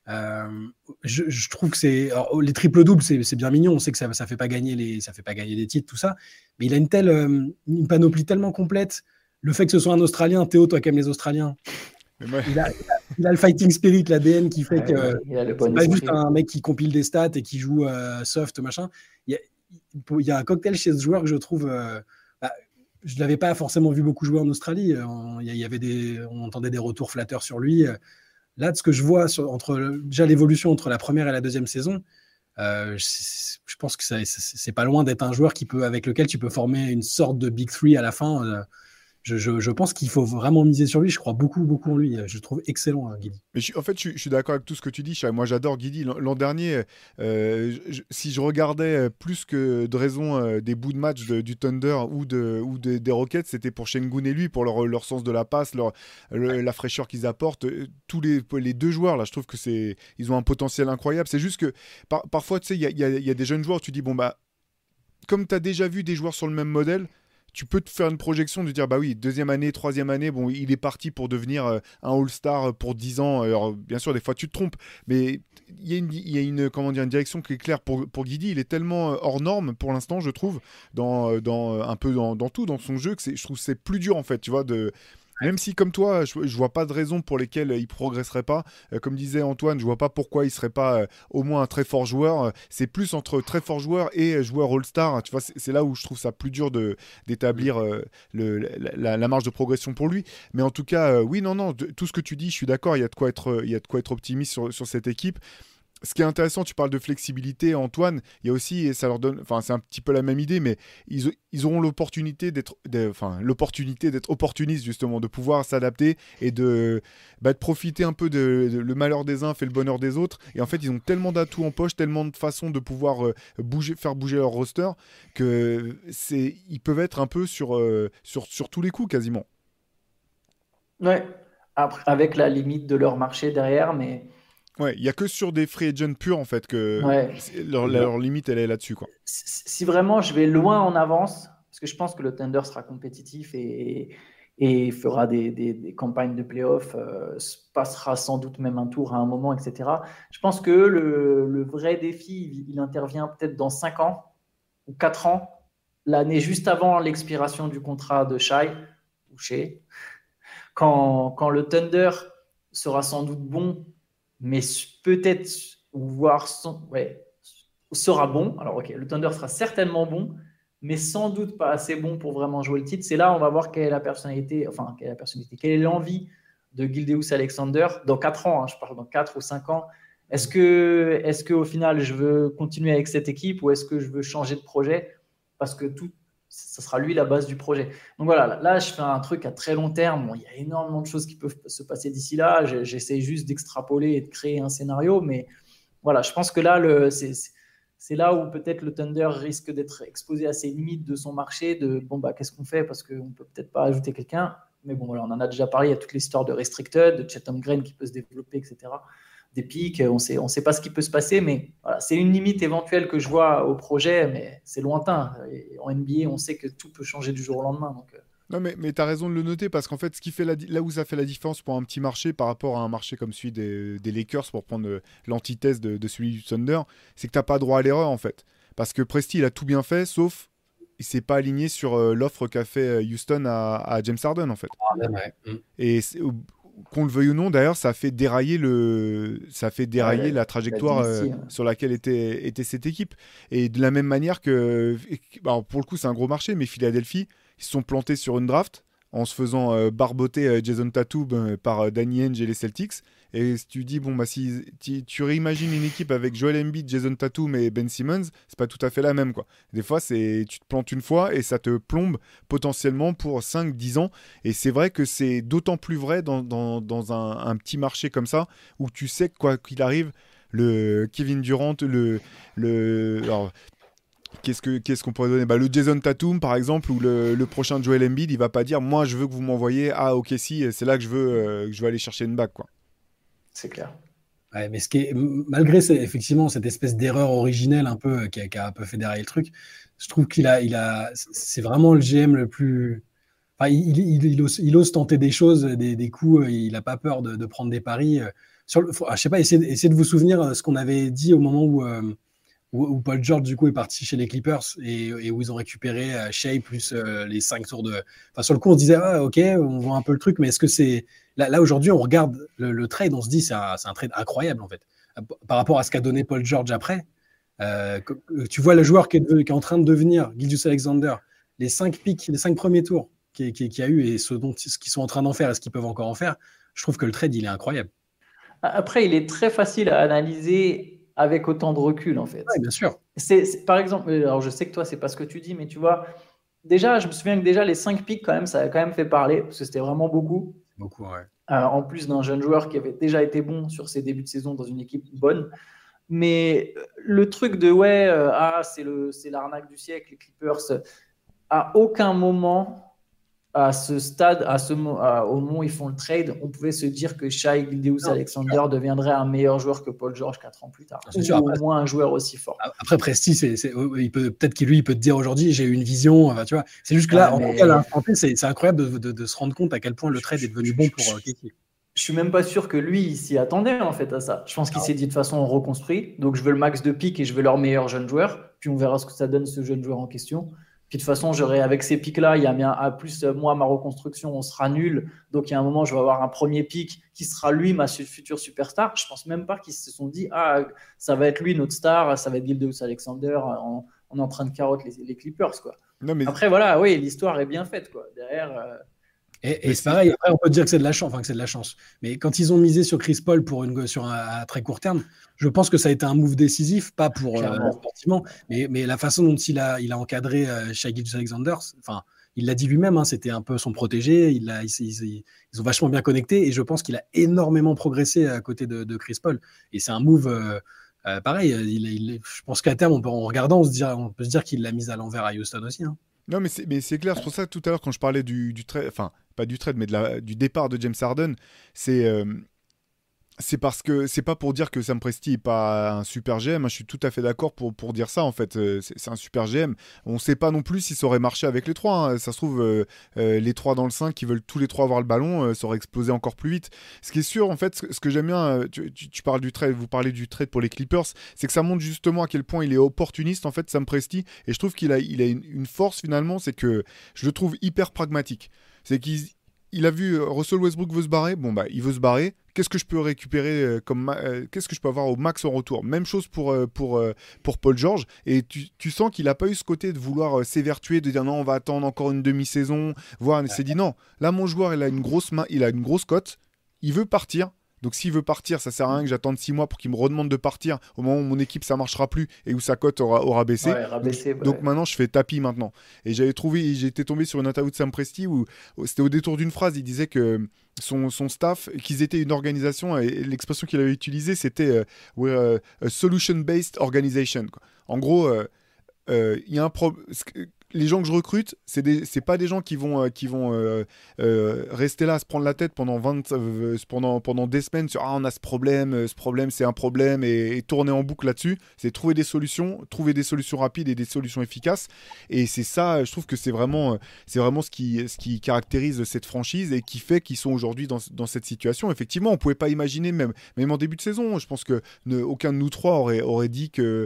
Je trouve que les triples-doubles, c'est bien mignon. On sait que ça fait pas gagner les titres, tout ça. Mais il a une panoplie tellement complète. Le fait que ce soit un Australien, Théo, toi qui aimes les Australiens, il a le fighting spirit, l'ADN qui fait que c'est pas juste un mec qui compile des stats et qui joue soft, machin. Il y a un cocktail chez ce joueur que je trouve... je ne l'avais pas forcément vu beaucoup jouer en Australie. On entendait des retours flatteurs sur lui. Là, de ce que je vois déjà l'évolution entre la première et la deuxième saison, je pense que c'est pas loin d'être un joueur avec lequel tu peux former une sorte de Big Three à la fin. Je pense qu'il faut vraiment miser sur lui. Je crois beaucoup, beaucoup en lui. Je le trouve excellent, Guidi. Mais je suis d'accord avec tout ce que tu dis. Moi, j'adore Guidi. L'an dernier, si je regardais plus que de raison des bouts de match du Thunder ou des Rockets, c'était pour Şengün et lui, pour leur sens de la passe, la fraîcheur qu'ils apportent. Tous les deux joueurs, là, je trouve que ils ont un potentiel incroyable. C'est juste que parfois, tu sais, il y a des jeunes joueurs, tu dis, bon, bah, comme tu as déjà vu des joueurs sur le même modèle, tu peux te faire une projection de dire, bah oui, deuxième année, troisième année, bon, il est parti pour devenir un All-Star pour 10 ans. Alors, bien sûr, des fois, tu te trompes, mais il y a une direction qui est claire pour Guidi. Il est tellement hors norme pour l'instant, je trouve, un peu dans tout, dans son jeu, je trouve que c'est plus dur, en fait, tu vois, même si, comme toi, je vois pas de raison pour lesquelles il progresserait pas. Comme disait Antoine, je vois pas pourquoi il serait pas au moins un très fort joueur. C'est plus entre très fort joueur et joueur All-Star. Tu vois, c'est là où je trouve ça plus dur d'établir la marge de progression pour lui. Mais en tout cas, oui, non, tout ce que tu dis, je suis d'accord. Il y a de quoi être optimiste sur cette équipe. Ce qui est intéressant, tu parles de flexibilité, Antoine. Il y a aussi, et ça leur donne, enfin, c'est un petit peu la même idée, mais ils auront l'opportunité d'être opportunistes, justement, de pouvoir s'adapter et de profiter un peu de le malheur des uns fait le bonheur des autres. Et en fait, ils ont tellement d'atouts en poche, tellement de façons de pouvoir faire bouger leur roster que ils peuvent être un peu sur tous les coups quasiment. Ouais. Après, avec la limite de leur marché derrière, mais. Ouais, il n'y a que sur des free agents purs, en fait, que leur limite, elle est là-dessus, quoi. Si vraiment je vais loin en avance, parce que je pense que le Thunder sera compétitif et fera des campagnes de playoff, passera sans doute même un tour à un moment, etc. Je pense que le vrai défi, il intervient peut-être dans 5 ans ou 4 ans, l'année juste avant l'expiration du contrat de Shai, quand le Thunder sera sans doute bon, mais peut-être sera bon. Alors, ok, le Thunder sera certainement bon, mais sans doute pas assez bon pour vraiment jouer le titre. C'est là où on va voir quelle est l'envie de Gilgeous Alexander dans 4 ans. Je parle dans 4 ou 5 ans. Est-ce que au final, je veux continuer avec cette équipe ou est-ce que je veux changer de projet? Parce que ça sera lui la base du projet. Donc voilà, là, je fais un truc à très long terme. Bon, il y a énormément de choses qui peuvent se passer d'ici là. J'essaie juste d'extrapoler et de créer un scénario. Mais voilà, je pense que là, c'est là où peut-être le Thunder risque d'être exposé à ses limites de son marché, qu'est-ce qu'on fait parce qu'on ne peut peut-être pas ajouter quelqu'un. Mais bon, voilà, on en a déjà parlé. Il y a toute l'histoire de Restricted, de Chet Holmgren qui peut se développer, etc. Des pics, on sait pas ce qui peut se passer, mais voilà, c'est une limite éventuelle que je vois au projet, mais c'est lointain. Et en NBA, on sait que tout peut changer du jour au lendemain. Donc, Non, mais tu as raison de le noter, parce qu'en fait, ce qui fait là où ça fait la différence pour un petit marché par rapport à un marché comme celui des Lakers, pour prendre l'antithèse de celui du Thunder, c'est que tu n'as pas droit à l'erreur, en fait. Parce que Presti, il a tout bien fait, sauf il s'est pas aligné sur l'offre qu'a fait Houston à James Harden, en fait. Et qu'on le veuille ou non, d'ailleurs, ça a fait dérailler la trajectoire sur laquelle était cette équipe. Et de la même manière que, alors pour le coup, c'est un gros marché, mais Philadelphie, ils se sont plantés sur une draft en se faisant barboter Jason Tatum par Danny Ainge et les Celtics. Et si tu dis, si tu réimagines une équipe avec Joel Embiid, Jason Tatum et Ben Simmons, c'est pas tout à fait la même, quoi. Des fois, tu te plantes une fois et ça te plombe potentiellement pour 5-10 ans. Et c'est vrai que c'est d'autant plus vrai dans un petit marché comme ça, où tu sais que quoi qu'il arrive, le Kevin Durant, alors, Qu'est-ce qu'on pourrait donner? Le Jason Tatum, par exemple, ou le prochain Joel Embiid, il va pas dire, moi, je veux que vous m'envoyiez à OKC, c'est là que je veux aller chercher une bague, quoi. C'est clair. Ouais, mais malgré effectivement cette espèce d'erreur originelle un peu qui a un peu fait dérailler le truc, je trouve c'est vraiment le GM le plus. Enfin, il ose tenter des choses, des coups. Il n'a pas peur de prendre des paris. Je sais pas, essayez de vous souvenir ce qu'on avait dit au moment où Paul George du coup est parti chez les Clippers et où ils ont récupéré Shea plus les 5 tours de. Enfin, sur le coup, on se disait ok, on voit un peu le truc, mais est-ce que c'est là aujourd'hui on regarde le trade, on se dit c'est un trade incroyable en fait par rapport à ce qu'a donné Paul George après. Tu vois le joueur qui est en train de devenir Gilgeous-Alexander, les 5 pics, les 5 premiers tours qu'il y a eu et ce qu'ils sont en train d'en faire et ce qu'ils peuvent encore en faire. Je trouve que le trade il est incroyable. Après, il est très facile à analyser avec autant de recul, en fait. Oui, bien sûr. Par exemple, alors je sais que toi, c'est pas ce que tu dis, mais tu vois, déjà, je me souviens que déjà les 5 pics, quand même, ça a quand même fait parler, parce que c'était vraiment beaucoup. Beaucoup, ouais. En plus d'un jeune joueur qui avait déjà été bon sur ses débuts de saison dans une équipe bonne. Mais le truc de c'est l'arnaque du siècle, les Clippers, à aucun moment, à ce stade, au moment où ils font le trade, on pouvait se dire que Shai Gilgeous-Alexander deviendrait un meilleur joueur que Paul George 4 ans plus tard. Ou au moins un joueur aussi fort. Après, Presti, peut-être qu'il peut te dire aujourd'hui, j'ai eu une vision. Tu vois, c'est juste que là, en tout cas, à l'instant T, c'est incroyable de se rendre compte à quel point le trade est devenu bon pour Kiki. Je suis même pas sûr que lui il s'y attendait en fait à ça. Je pense qu'il s'est dit de toute façon on reconstruit, donc je veux le max de pics et je veux leur meilleur jeune joueur. Puis on verra ce que ça donne ce jeune joueur en question. Puis de toute façon, avec ces pics-là, il y a bien plus moi, ma reconstruction, on sera nul. Donc il y a un moment, je vais avoir un premier pic qui sera lui, ma future superstar. Je pense même pas qu'ils se sont dit ça va être lui notre star, ça va être Gilgeous-Alexander. On est en train de carotte les Clippers quoi. Non, mais... Après voilà, oui, l'histoire est bien faite quoi. Derrière. Et c'est pareil, après on peut dire que c'est de la chance, enfin que c'est de la chance. Mais quand ils ont misé sur Chris Paul sur un très court terme, je pense que ça a été un move décisif, pas pour sportivement, mais la façon dont il a encadré Shai Gilgeous-Alexander, enfin, il l'a dit lui-même, c'était un peu son protégé, ils ont vachement bien connecté et je pense qu'il a énormément progressé à côté de Chris Paul. Et c'est un move pareil, je pense qu'à terme, en regardant, on peut se dire qu'il l'a mise à l'envers à Houston aussi. Non, mais c'est clair. C'est pour ça que tout à l'heure, quand je parlais du trade, enfin, pas du trade, mais du départ de James Harden, c'est parce que c'est pas pour dire que Sam Presti est pas un super GM. Je suis tout à fait d'accord pour dire ça en fait. C'est un super GM. On sait pas non plus si ça aurait marché avec les trois. Ça se trouve les trois dans le 5 qui veulent tous les trois avoir le ballon, ça aurait explosé encore plus vite. Ce qui est sûr en fait, ce que j'aime bien, tu parles du trade, vous parlez du trade pour les Clippers, c'est que ça montre justement à quel point il est opportuniste en fait Sam Presti. Et je trouve qu'il a une force finalement, c'est que je le trouve hyper pragmatique. C'est qu'il a vu Russell Westbrook veut se barrer, il veut se barrer. Qu'est-ce que je peux récupérer qu'est-ce que je peux avoir au max en retour? Même chose pour Paul George. Et tu sens qu'il n'a pas eu ce côté de vouloir s'évertuer, de dire non, on va attendre encore une demi-saison. Il s'est dit non, là mon joueur il a une grosse cote, il veut partir. Donc s'il veut partir, ça sert à rien que j'attende 6 mois pour qu'il me redemande de partir au moment où mon équipe ça marchera plus et où sa cote aura baissé. Donc maintenant je fais tapis maintenant. Et j'ai été tombé sur une interview de Sam Presti où c'était au détour d'une phrase, il disait que son staff, qu'ils étaient une organisation, et l'expression qu'il avait utilisée c'était we're a solution-based organization. Quoi. En gros, il y a un problème. Les gens que je recrute, c'est pas des gens qui vont rester là à se prendre la tête pendant des semaines sur on a ce problème c'est un problème et tourner en boucle là-dessus. C'est trouver des solutions rapides et des solutions efficaces. Et c'est ça, je trouve que c'est vraiment ce qui caractérise cette franchise et qui fait qu'ils sont aujourd'hui dans cette situation. Effectivement, on pouvait pas imaginer même en début de saison. Je pense que aucun de nous trois aurait dit que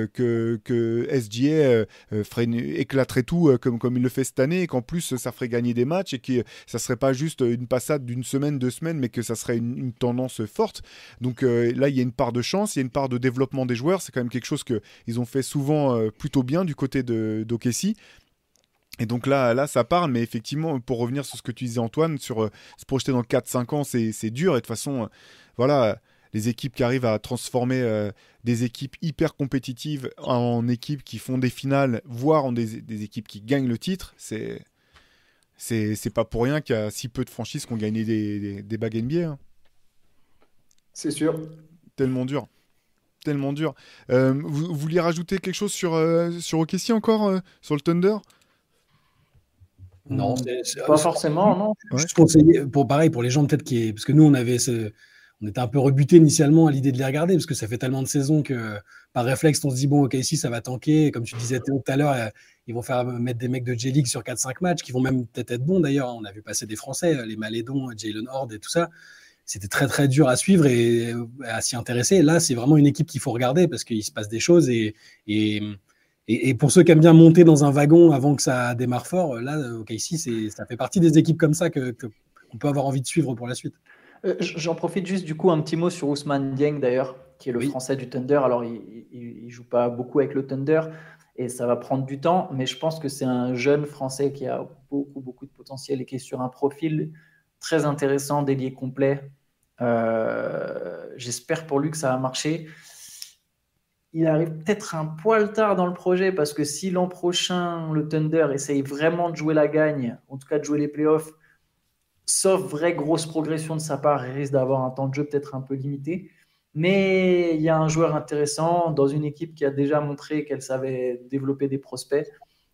SGA éclaterait tout comme il le fait cette année et qu'en plus ça ferait gagner des matchs et que ça serait pas juste une passade d'une semaine, 2 semaines, mais que ça serait une tendance forte. Donc là il y a une part de chance, il y a une part de développement des joueurs, c'est quand même quelque chose qu'ils ont fait souvent plutôt bien du côté d'OKC. Et donc là ça parle, mais effectivement pour revenir sur ce que tu disais Antoine, sur se projeter dans 4-5 ans c'est dur et de toute façon voilà, les équipes qui arrivent à transformer des équipes hyper compétitives en équipes qui font des finales, voire en des équipes qui gagnent le titre, c'est pas pour rien qu'il y a si peu de franchises qui ont gagné des bagues NBA. Hein. C'est sûr. Tellement dur. tellement dur. Vous vouliez rajouter quelque chose sur OKC encore, sur le Thunder? Non, pas forcément, non. Juste conseiller, pareil, pour les gens peut-être parce que nous, on était un peu rebutés initialement à l'idée de les regarder, parce que ça fait tellement de saisons que par réflexe, on se dit, bon, ok, ici, ça va tanker. Comme tu disais Théo tout à l'heure, ils vont faire mettre des mecs de J-League sur 4-5 matchs, qui vont même peut-être être bons d'ailleurs. On a vu passer des Français, les Malédon, Jalen Horde et tout ça. C'était très, très dur à suivre et à s'y intéresser. Là, c'est vraiment une équipe qu'il faut regarder parce qu'il se passe des choses et pour ceux qui aiment bien monter dans un wagon avant que ça démarre fort, là, OKC, ça fait partie des équipes comme ça qu'on peut avoir envie de suivre pour la suite. J'en profite juste du coup un petit mot sur Ousmane Dieng d'ailleurs, qui est le Français du Thunder. Alors il joue pas beaucoup avec le Thunder et ça va prendre du temps, mais je pense que c'est un jeune Français qui a beaucoup de potentiel et qui est sur un profil très intéressant, d'ailier complet. J'espère pour lui que ça va marcher. Il arrive peut-être un poil tard dans le projet parce que si l'an prochain le Thunder essaye vraiment de jouer la gagne, en tout cas de jouer les playoffs, sauf vraie grosse progression de sa part, il risque d'avoir un temps de jeu peut-être un peu limité. Mais il y a un joueur intéressant dans une équipe qui a déjà montré qu'elle savait développer des prospects.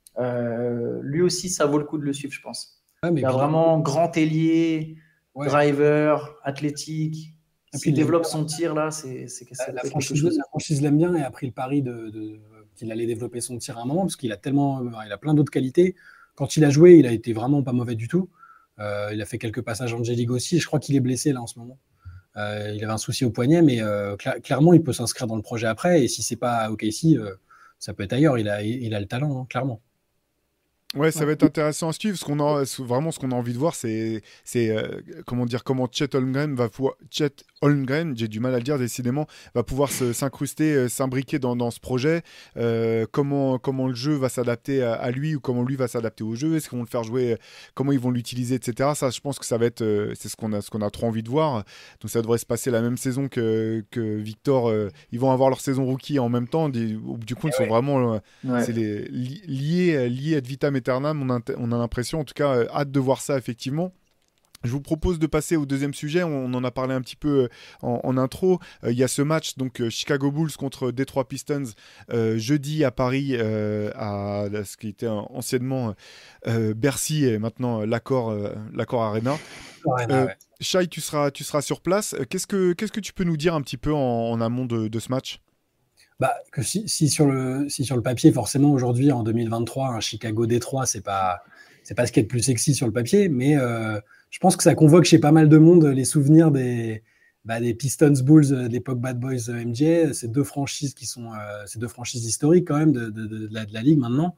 Lui aussi, ça vaut le coup de le suivre, je pense. Il a vraiment grand ailier, driver, athlétique. S'il développe son tir, là, la franchise l'aime bien et a pris le pari qu'il allait développer son tir à un moment parce qu'il a plein d'autres qualités. Quand il a joué, il a été vraiment pas mauvais du tout. Il a fait quelques passages en J-League aussi. Je crois qu'il est blessé là en ce moment. Il avait un souci au poignet, mais clairement, il peut s'inscrire dans le projet après. Et si c'est pas à OKC, ça peut être ailleurs. Il a le talent, hein, clairement. Ouais, ça va être intéressant à suivre. Ce qu'on a envie de voir, c'est comment Chet Holmgren, j'ai du mal à le dire décidément, va pouvoir s'incruster, s'imbriquer dans ce projet. Comment le jeu va s'adapter à lui ou comment lui va s'adapter au jeu. Est-ce qu'ils vont le faire jouer, comment ils vont l'utiliser, etc. Ça, je pense que ça va être, c'est ce qu'on a trop envie de voir. Donc ça devrait se passer la même saison que Victor. Ils vont avoir leur saison rookie en même temps. Du coup, ils sont vraiment c'est liés ad vitam aeternam, on a l'impression, en tout cas, hâte de voir ça effectivement. Je vous propose de passer au deuxième sujet. On en a parlé un petit peu en intro. Il y a ce match, donc Chicago Bulls contre Detroit Pistons, jeudi à Paris, à ce qui était anciennement Bercy et maintenant l'Accor Arena. Shai, tu seras sur place. Qu'est-ce que tu peux nous dire un petit peu en amont de ce match ? Que si sur le papier, forcément, aujourd'hui, en 2023, un Chicago-Détroit, c'est pas ce qu'il y a de plus sexy sur le papier, mais je pense que ça convoque chez pas mal de monde les souvenirs des Pistons Bulls de l'époque Bad Boys MJ, ces deux franchises ces deux franchises historiques quand même de la ligue maintenant.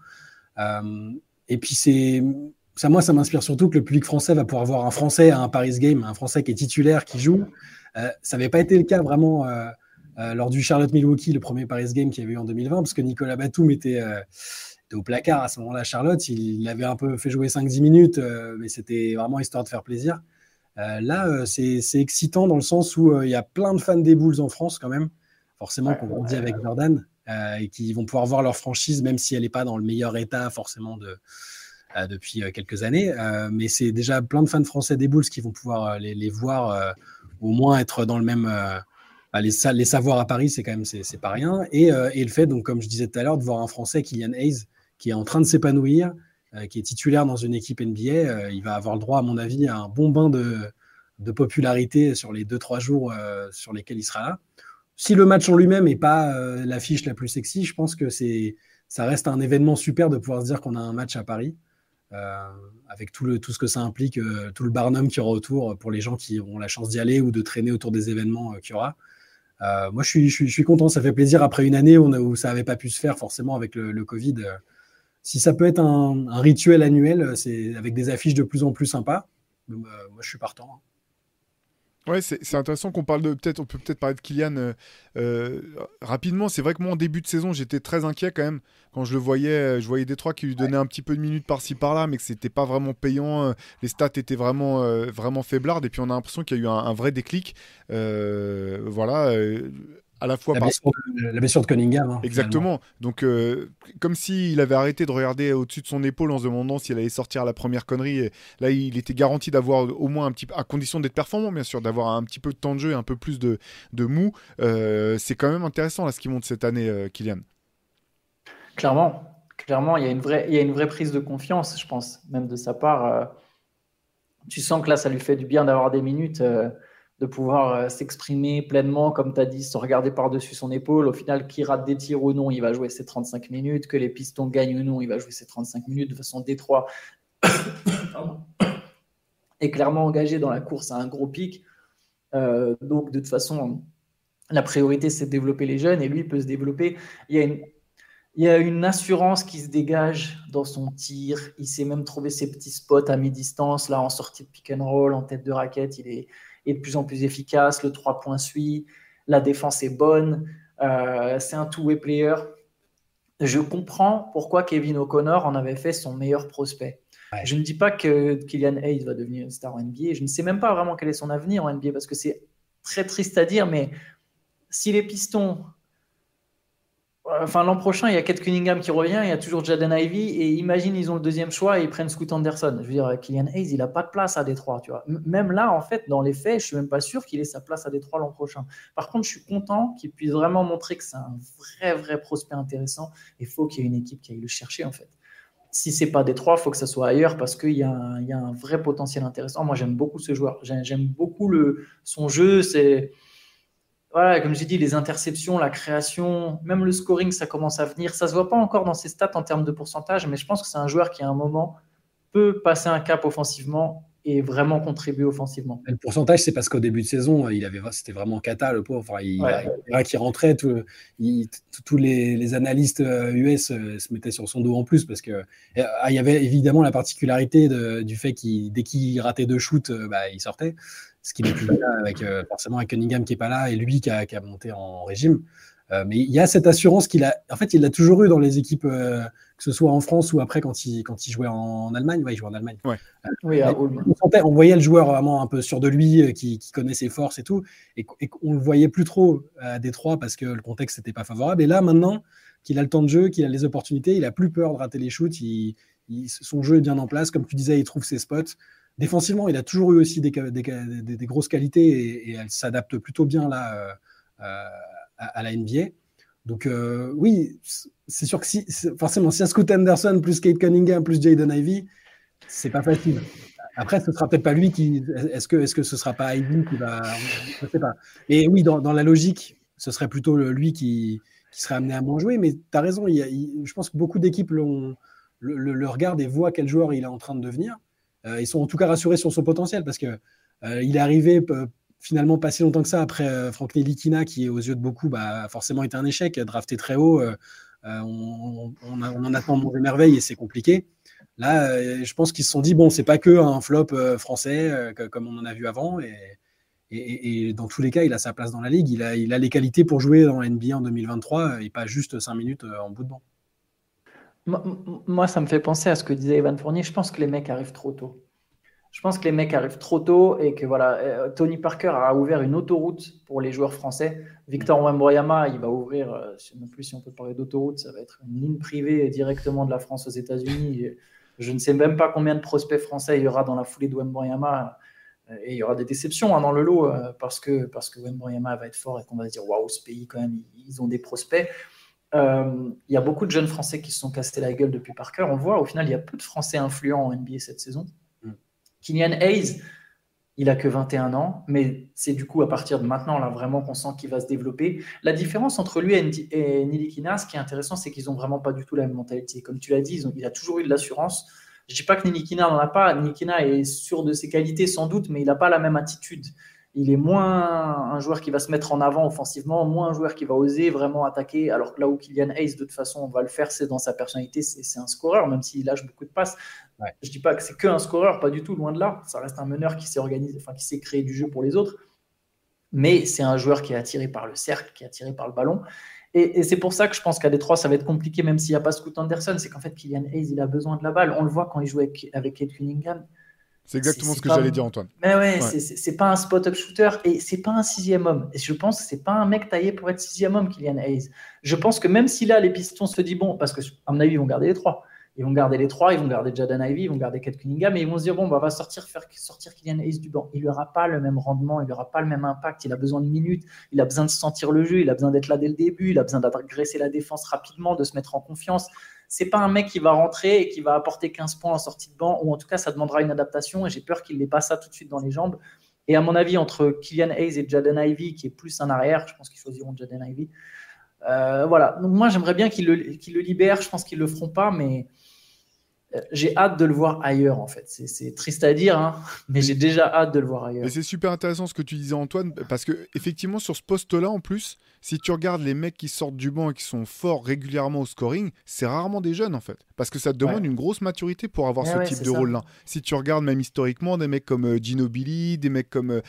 Et puis ça m'inspire surtout que le public français va pouvoir voir un Français à un Paris Game, un Français qui est titulaire, qui joue. Ça n'avait pas été le cas vraiment lors du Charlotte-Milwaukee, le premier Paris Game qu'il y avait eu en 2020, parce que Nicolas Batum était au placard à ce moment-là. Charlotte, il avait un peu fait jouer 5-10 minutes, mais c'était vraiment histoire de faire plaisir. Là, c'est excitant dans le sens où il y a plein de fans des Bulls en France quand même, forcément qu'on grandit avec Jordan, et qui vont pouvoir voir leur franchise, même si elle n'est pas dans le meilleur état forcément depuis quelques années. Mais c'est déjà plein de fans français des Bulls qui vont pouvoir les voir, au moins être dans le même... les savoirs à Paris, c'est quand même c'est pas rien. Et le fait, donc, comme je disais tout à l'heure, de voir un Français, Killian Hayes, qui est en train de s'épanouir, qui est titulaire dans une équipe NBA, il va avoir le droit, à mon avis, à un bon bain de popularité sur les 2-3 jours sur lesquels il sera là. Si le match en lui-même n'est pas l'affiche la plus sexy, je pense que ça reste un événement super de pouvoir se dire qu'on a un match à Paris, avec tout ce que ça implique, tout le barnum qu'il y aura autour pour les gens qui auront la chance d'y aller ou de traîner autour des événements qu'il y aura. Moi, je suis content, ça fait plaisir après une année où ça n'avait pas pu se faire forcément avec le Covid. Si ça peut être un rituel annuel, c'est avec des affiches de plus en plus sympas. Moi, je suis partant. Ouais, c'est intéressant qu'on parle on peut peut-être parler de Kylian rapidement. C'est vrai que moi, en début de saison, j'étais très inquiet quand même. Quand je voyais Détroit qui lui donnait un petit peu de minutes par-ci par-là, mais que c'était pas vraiment payant. Les stats étaient vraiment faiblardes. Et puis on a l'impression qu'il y a eu un vrai déclic. à la fois la blessure de Cunningham. Exactement. Donc, comme s'il avait arrêté de regarder au-dessus de son épaule en se demandant s'il allait sortir à la première connerie. Et là, il était garanti d'avoir au moins un petit peu, à condition d'être performant, bien sûr, d'avoir un petit peu de temps de jeu et un peu plus de mou. C'est quand même intéressant là, ce qu'il montre cette année, Kylian. Clairement, il y a une vraie prise de confiance, je pense, même de sa part. Tu sens que là, ça lui fait du bien d'avoir des minutes. De pouvoir s'exprimer pleinement, comme tu as dit, sans regarder par-dessus son épaule. Au final, qu'il rate des tirs ou non, il va jouer ses 35 minutes. Que les Pistons gagnent ou non, il va jouer ses 35 minutes. De façon, Détroit est clairement engagé dans la course à un gros pic. Donc, de toute façon, la priorité, c'est de développer les jeunes et lui, il peut se développer. Il y a une assurance qui se dégage dans son tir. Il sait même trouver ses petits spots à mi-distance. Là, en sortie de pick and roll, en tête de raquette, il est de plus en plus efficace. Le 3 points suit. La défense est bonne. C'est un two-way player. Je comprends pourquoi Kevin O'Connor en avait fait son meilleur prospect. Ouais. Je ne dis pas que Killian Hayes va devenir une star en NBA. Je ne sais même pas vraiment quel est son avenir en NBA parce que c'est très triste à dire, mais si les Pistons... Enfin, l'an prochain, il y a Kate Cunningham qui revient, il y a toujours Jaden Ivey, et imagine, ils ont le deuxième choix et ils prennent Scoot Anderson. Je veux dire, Killian Hayes, il n'a pas de place à Détroit, tu vois. Même là, en fait, dans les faits, je ne suis même pas sûr qu'il ait sa place à Détroit l'an prochain. Par contre, je suis content qu'il puisse vraiment montrer que c'est un vrai prospect intéressant. Il faut qu'il y ait une équipe qui aille le chercher, en fait. Si ce n'est pas Détroit, il faut que ça soit ailleurs parce qu'il y a un vrai potentiel intéressant. Moi, j'aime beaucoup ce joueur. J'aime beaucoup son jeu. Voilà, comme j'ai dit, les interceptions, la création, même le scoring, ça commence à venir. Ça ne se voit pas encore dans ses stats en termes de pourcentage, mais je pense que c'est un joueur qui, à un moment, peut passer un cap offensivement et vraiment contribuer offensivement. Le pourcentage, c'est parce qu'au début de saison, c'était vraiment cata, le pauvre. Enfin, il qui rentrait, tous les analystes US se mettaient sur son dos en plus parce que il y avait évidemment la particularité du fait qu'il, dès qu'il ratait 2 shoots, il sortait. Ce qui n'est plus là forcément avec Cunningham qui n'est pas là et lui qui a monté en régime. Mais il y a cette assurance qu'il a. En fait, il l'a toujours eu dans les équipes, que ce soit en France ou après quand il jouait en Allemagne. Ouais, il jouait en Allemagne. Ouais. On voyait le joueur vraiment un peu sûr de lui, qui connaît ses forces et tout. Et on le voyait plus trop à Détroit parce que le contexte n'était pas favorable. Et là, maintenant qu'il a le temps de jeu, qu'il a les opportunités, il n'a plus peur de rater les shoots. Son jeu est bien en place. Comme tu disais, il trouve ses spots. Défensivement, il a toujours eu aussi des grosses qualités et elle s'adapte plutôt bien là à la NBA. Donc oui, c'est sûr que forcément, si un Scoot Anderson plus Kate Cunningham plus Jaden Ivey, c'est pas facile. Après, ce sera peut-être pas lui qui. Est-ce que ce sera pas Ivey qui va. Je sais pas. Et oui, dans la logique, ce serait plutôt lui qui serait amené à moins jouer. Mais tu as raison. Je pense que beaucoup d'équipes le regardent et voient quel joueur il est en train de devenir. Ils sont en tout cas rassurés sur son potentiel parce que il est arrivé finalement pas si longtemps que ça après Frank Ntilikina qui aux yeux de beaucoup forcément était un échec, drafté très haut. On en attend des merveilles et c'est compliqué. Là, je pense qu'ils se sont dit bon, c'est pas que un flop français comme on en a vu avant et dans tous les cas, il a sa place dans la ligue. Il a les qualités pour jouer dans la NBA en 2023 et pas juste 5 minutes en bout de banc. Moi, ça me fait penser à ce que disait Evan Fournier. Je pense que les mecs arrivent trop tôt. Je pense que les mecs arrivent trop tôt et que voilà, Tony Parker a ouvert une autoroute pour les joueurs français. Victor Wembanyama, il va ouvrir, non plus si on peut parler d'autoroute, ça va être une ligne privée directement de la France aux États-Unis. Je ne sais même pas combien de prospects français il y aura dans la foulée de Wembanyama. Et il y aura des déceptions dans le lot parce que Wembanyama va être fort et qu'on va se dire waouh, ce pays, quand même, ils ont des prospects. Il y a beaucoup de jeunes Français qui se sont cassés la gueule depuis Parker. On voit, au final, il y a peu de Français influents en NBA cette saison. Killian Hayes, il a que 21 ans, mais c'est du coup à partir de maintenant là vraiment qu'on sent qu'il va se développer. La différence entre lui et Ntilikina, ce qui est intéressant, c'est qu'ils n'ont vraiment pas du tout la même mentalité. Comme tu l'as dit, il a toujours eu de l'assurance. Je ne dis pas que Ntilikina n'en a pas. Ntilikina est sûr de ses qualités sans doute, mais il n'a pas la même attitude. Il est moins un joueur qui va se mettre en avant offensivement, moins un joueur qui va oser vraiment attaquer. Alors que là où Killian Hayes, de toute façon, on va le faire, c'est dans sa personnalité, c'est un scoreur, même s'il lâche beaucoup de passes. Ouais. Je ne dis pas que c'est qu'un scoreur, pas du tout, loin de là. Ça reste un meneur qui s'est organisé, qui s'est créé du jeu pour les autres. Mais c'est un joueur qui est attiré par le cercle, qui est attiré par le ballon. Et c'est pour ça que je pense qu'à Détroit, ça va être compliqué, même s'il n'y a pas Scoot Anderson. C'est qu'en fait, Killian Hayes, il a besoin de la balle. On le voit quand il joue avec Kate Cunningham. C'est exactement ce que pas... j'allais dire, Antoine. Mais ouais, Ouais. c'est pas un spot-up shooter et c'est pas un 6e homme. Et je pense que c'est pas un mec taillé pour être 6e homme, Killian Hayes. Je pense que même si là, les Pistons se disent bon, parce que à mon avis, ils vont garder les 3. Ils vont garder les 3, ils vont garder Jaden Ivey, ils vont garder Cade Cunningham, et ils vont se dire bon, bah, on va faire sortir Killian Hayes du banc. Il n'aura pas le même rendement, il n'aura pas le même impact, il a besoin de minutes, il a besoin de sentir le jeu, il a besoin d'être là dès le début, il a besoin d'agresser la défense rapidement, de se mettre en confiance. C'est pas un mec qui va rentrer et qui va apporter 15 points en sortie de banc, ou en tout cas, ça demandera une adaptation, et j'ai peur qu'il n'ait pas ça tout de suite dans les jambes. Et à mon avis, entre Killian Hayes et Jaden Ivey, qui est plus un arrière, je pense qu'ils choisiront Jaden Ivey. Voilà. Donc moi, j'aimerais bien qu'ils le libèrent. Je pense qu'ils le feront pas, mais j'ai hâte de le voir ailleurs, en fait. C'est triste à dire, hein, mais j'ai déjà hâte de le voir ailleurs. Et c'est super intéressant ce que tu disais, Antoine, parce que effectivement sur ce poste-là, en plus, si tu regardes les mecs qui sortent du banc et qui sont forts régulièrement au scoring, c'est rarement des jeunes, en fait. Parce que ça te demande une grosse maturité pour avoir ce type de rôle-là. Si tu regardes même historiquement, des mecs comme Ginobili, des mecs comme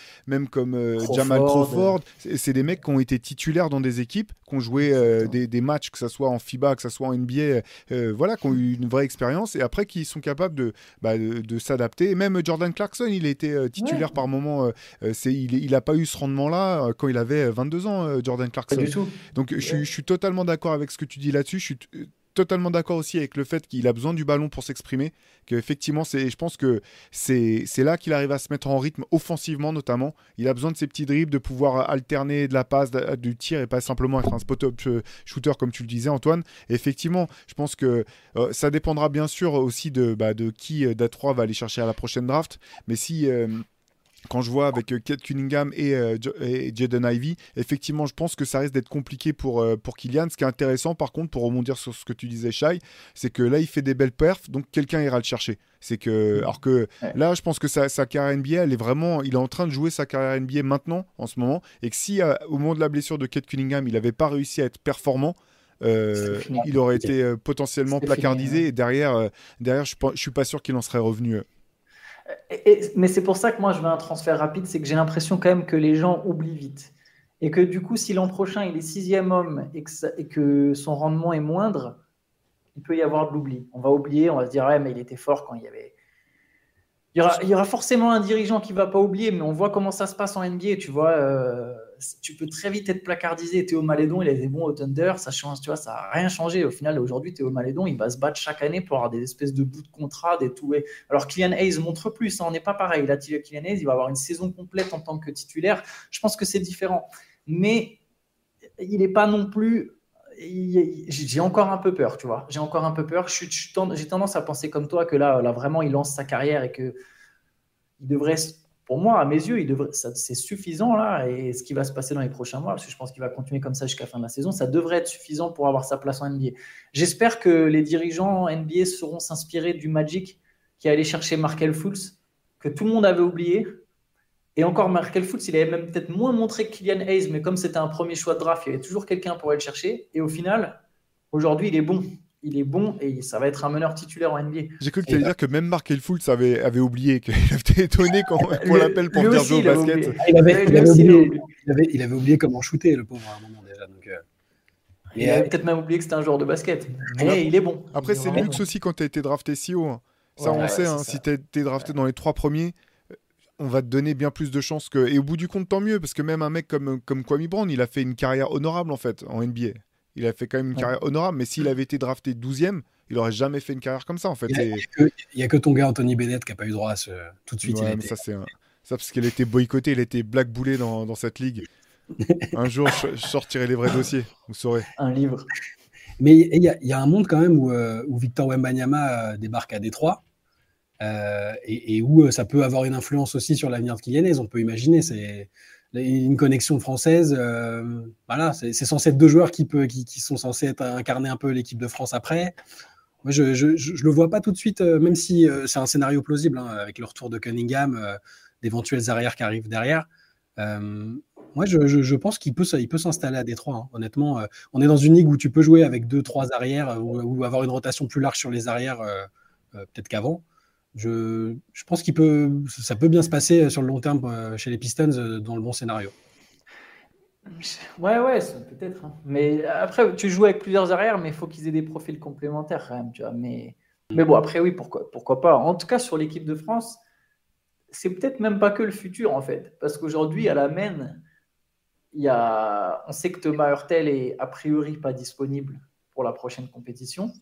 Jamal Crawford, c'est des mecs qui ont été titulaires dans des équipes, qui ont joué des matchs, que ce soit en FIBA, que ce soit en NBA, voilà, qui ont eu une vraie expérience, et après qui sont capables de s'adapter. Et même Jordan Clarkson, il a été titulaire par moment. Il n'a pas eu ce rendement-là quand il avait 22 ans, Jordan Clarkson. Pas du tout. Donc je suis totalement d'accord avec ce que tu dis là-dessus. Je suis totalement d'accord aussi avec le fait qu'il a besoin du ballon pour s'exprimer, qu'effectivement, je pense que c'est là qu'il arrive à se mettre en rythme offensivement notamment. Il a besoin de ces petits dribbles, de pouvoir alterner de la passe, du tir et pas simplement être un spot-up shooter comme tu le disais, Antoine. Et effectivement, je pense que ça dépendra bien sûr aussi de qui Détroit va aller chercher à la prochaine draft, mais si... quand je vois avec Cade Cunningham et Jaden Ivey, effectivement, je pense que ça risque d'être compliqué pour Killian. Ce qui est intéressant, par contre, pour rebondir sur ce que tu disais, Shai, c'est que là, il fait des belles perfs, donc quelqu'un ira le chercher. C'est que, alors que là, je pense que sa carrière NBA, il est en train de jouer sa carrière NBA maintenant, en ce moment, et que si au moment de la blessure de Cade Cunningham, il n'avait pas réussi à être performant, il aurait été potentiellement placardisé. Et derrière, je suis pas sûr qu'il en serait revenu. Mais c'est pour ça que moi je veux un transfert rapide, c'est que j'ai l'impression quand même que les gens oublient vite. Et que du coup, si l'an prochain il est 6e homme et que son rendement est moindre, il peut y avoir de l'oubli. On va oublier, on va se dire, ouais, mais il était fort quand il y avait. Il y aura forcément un dirigeant qui ne va pas oublier, mais on voit comment ça se passe en NBA. Tu vois, tu peux très vite être placardisé. Théo Malédon, il était bon au Thunder, ça change, tu vois, ça n'a rien changé. Au final, aujourd'hui, Théo Malédon, il va se battre chaque année pour avoir des espèces de bouts de contrat, des tout. Alors, Killian Hayes montre plus, ça, on n'est pas pareil. Là, Killian Hayes, il va avoir une saison complète en tant que titulaire. Je pense que c'est différent. Mais il n'est pas non plus. J'ai encore un peu peur, tu vois. J'ai encore un peu peur. J'ai tendance à penser comme toi que là vraiment, il lance sa carrière et que il devrait, pour moi, à mes yeux, c'est suffisant là. Et ce qui va se passer dans les prochains mois, parce que je pense qu'il va continuer comme ça jusqu'à la fin de la saison, ça devrait être suffisant pour avoir sa place en NBA. J'espère que les dirigeants NBA sauront s'inspirer du Magic qui est allé chercher Markelle Fultz, que tout le monde avait oublié. Et encore, Markelle Fultz, il avait même peut-être moins montré que Killian Hayes, mais comme c'était un premier choix de draft, il y avait toujours quelqu'un pour aller le chercher. Et au final, aujourd'hui, il est bon. Il est bon et ça va être un meneur titulaire en NBA. J'ai cru que tu allais dire que même Markelle Fultz avait oublié, qu'il était étonné qu'on l'appelle pour venir jouer au basket. Il avait oublié comment shooter, le pauvre, à un moment déjà. Donc, il avait peut-être même oublié que c'était un joueur de basket. Mais il est bon. Après, c'est le luxe aussi quand tu as été drafté si haut. Ça, on sait, si tu as été drafté dans les 3 premiers, on va te donner bien plus de chances que... Et au bout du compte, tant mieux, parce que même un mec comme Kwame Brown, il a fait une carrière honorable, en fait, en NBA. Il a fait quand même une carrière honorable, mais s'il avait été drafté 12e, il n'aurait jamais fait une carrière comme ça, en fait. Il n'y a que ton gars Anthony Bennett qui n'a pas eu droit à tout de suite. Ouais, mais ça, parce qu'elle était boycottée, il a été blackboulé dans cette ligue. Un jour, je sortirai les vrais dossiers, vous saurez. Un livre. Mais il y a un monde quand même où Victor Wembanyama débarque à Détroit. Et où ça peut avoir une influence aussi sur l'avenir de Killian Hayes. On peut imaginer, c'est une connexion française. Voilà, c'est censé être 2 joueurs qui sont censés incarner un peu l'équipe de France après. Moi, je le vois pas tout de suite, même si c'est un scénario plausible, hein, avec le retour de Cunningham, d'éventuels arrières qui arrivent derrière. Moi, je pense qu'il peut s'installer à Détroit. Hein. Honnêtement, on est dans une ligue où tu peux jouer avec 2-3 arrières ou avoir une rotation plus large sur les arrières, peut-être qu'avant. Je pense ça peut bien se passer sur le long terme chez les Pistons dans le bon scénario. Ouais, peut-être. Hein. Mais après, tu joues avec plusieurs arrières, mais il faut qu'ils aient des profils complémentaires quand même, tu vois. Mais bon, après, oui, pourquoi pas. En tout cas, sur l'équipe de France, c'est peut-être même pas que le futur, en fait. Parce qu'aujourd'hui, à la main, on sait que Thomas Hurtel est a priori pas disponible pour la prochaine compétition.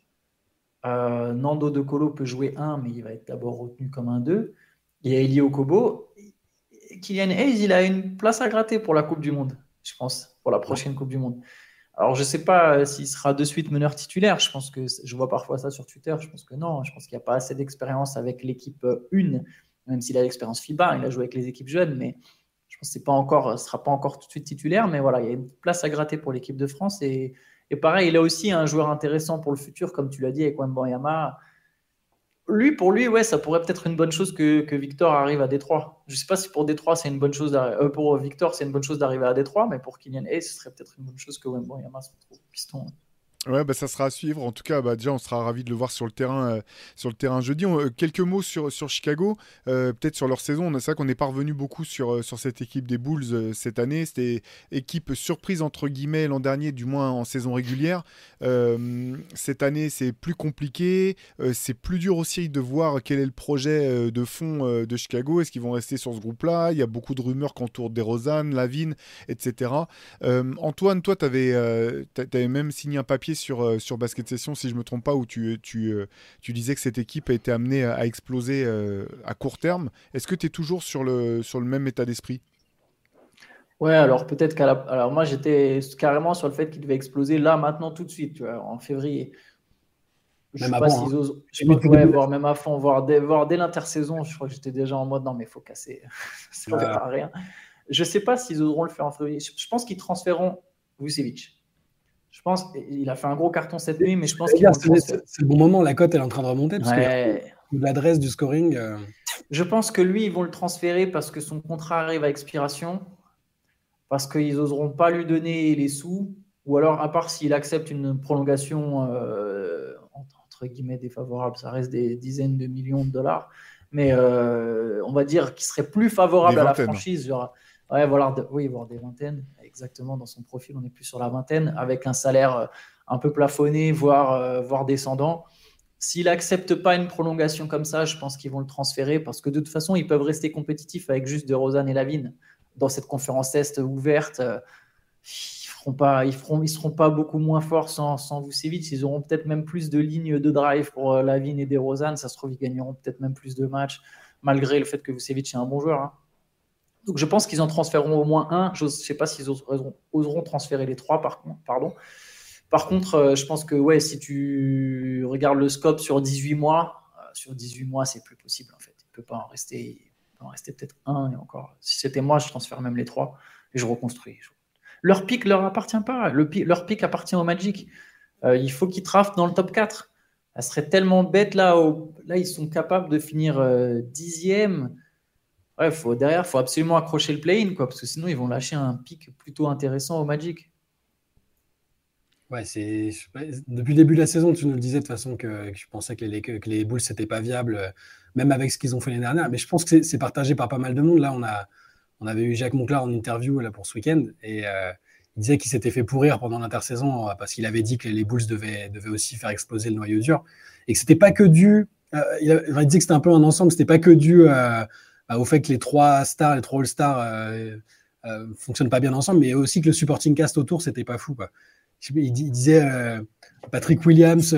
Nando De Colo peut jouer 1, mais il va être d'abord retenu comme un 2. Il y a Eli Okobo. Kylian Hayes, il a une place à gratter pour la Coupe du Monde, je pense, pour la prochaine Coupe du Monde. Alors, je ne sais pas s'il sera de suite meneur titulaire. Je pense que je vois parfois ça sur Twitter. Je pense que non. Je pense qu'il n'y a pas assez d'expérience avec l'équipe 1, même s'il a l'expérience FIBA. Il a joué avec les équipes jeunes, mais je pense que ce ne sera pas encore tout de suite titulaire. Mais voilà, il y a une place à gratter pour l'équipe de France. Et pareil, il a aussi un joueur intéressant pour le futur, comme tu l'as dit, avec Wembanyama. Pour lui, ouais, ça pourrait peut-être une bonne chose que Victor arrive à Détroit. Je ne sais pas si pour Détroit, c'est une bonne chose pour Victor, c'est une bonne chose d'arriver à Détroit, mais pour Kylian Hayes, ce serait peut-être une bonne chose que Wembanyama se retrouve au Piston. Ouais, ça sera à suivre. En tout cas, déjà, on sera ravis de le voir sur le terrain jeudi. Quelques mots sur Chicago, peut-être sur leur saison. C'est vrai qu'on n'est pas revenu beaucoup sur cette équipe des Bulls cette année. C'était équipe surprise, entre guillemets, l'an dernier, du moins en saison régulière. Cette année, c'est plus compliqué. C'est plus dur aussi de voir quel est le projet de fond de Chicago. Est-ce qu'ils vont rester sur ce groupe-là? Il y a beaucoup de rumeurs qu'entourent DeRozan, Lavine, etc. Antoine, toi, tu avais même signé un papier sur Basket Session, si je me trompe pas, où tu disais que cette équipe a été amenée à exploser à court terme. Est-ce que tu es toujours sur le même état d'esprit? Ouais, alors peut-être alors moi j'étais carrément sur le fait qu'il devait exploser là, maintenant, tout de suite, tu vois, en février. Je ne sais pas s'ils osent, voir même à fond, voir dès l'intersaison. Je crois que j'étais déjà en mode non, mais il faut casser, ça ne sert à rien. Je ne sais pas s'ils oseront le faire en février. Je pense qu'ils transféreront Vucevic. Je pense qu'il a fait un gros carton cette nuit, mais je pense qu'il c'est le bon moment. La cote elle est en train de remonter parce que l'adresse du scoring. Je pense que lui, ils vont le transférer parce que son contrat arrive à expiration, parce qu'ils n'oseront pas lui donner les sous, ou alors à part s'il accepte une prolongation entre guillemets défavorable, ça reste des dizaines de millions de dollars, mais on va dire qu'il serait plus favorable à la franchise, genre. Ouais, voilà, voir des vingtaines, exactement, dans son profil, on est plus sur la vingtaine, avec un salaire un peu plafonné, voire descendant. S'il n'accepte pas une prolongation comme ça, je pense qu'ils vont le transférer, parce que de toute façon, ils peuvent rester compétitifs avec juste DeRozan et Lavine. Dans cette conférence Est ouverte, ils seront pas beaucoup moins forts sans Vucevic. Ils auront peut-être même plus de lignes de drive pour Lavine et DeRozan. Ça se trouve, ils gagneront peut-être même plus de matchs, malgré le fait que Vucevic est un bon joueur, hein. Donc, je pense qu'ils en transféreront au moins un. Je ne sais pas s'ils oseront transférer les trois, par contre, je pense que si tu regardes le scope sur 18 mois, c'est plus possible, en fait. Il ne peut pas en rester, peut-être un, et encore. Si c'était moi, je transfère même les trois et je reconstruis. Leur pick ne leur appartient pas. Leur pick appartient au Magic. Il faut qu'ils draftent dans le top 4. Ça serait tellement bête, là, ils sont capables de finir 10e. Ouais, derrière, il faut absolument accrocher le play-in, parce que sinon, ils vont lâcher un pic plutôt intéressant au Magic. Ouais, depuis le début de la saison, tu nous le disais de toute façon que tu pensais que les Bulls, c'était pas viable, même avec ce qu'ils ont fait l'année dernière. Mais je pense que c'est partagé par pas mal de monde. Là, on avait eu Jacques Monclar en interview là, pour ce week-end, et il disait qu'il s'était fait pourrir pendant l'intersaison parce qu'il avait dit que les Bulls devaient aussi faire exploser le noyau dur, et que c'était pas que dû. Il disait que c'était un peu un ensemble, c'était pas que dû au fait que les trois All-Stars fonctionnent pas bien ensemble, mais aussi que le supporting cast autour, c'était pas fou, quoi. Il disait Patrick Williams,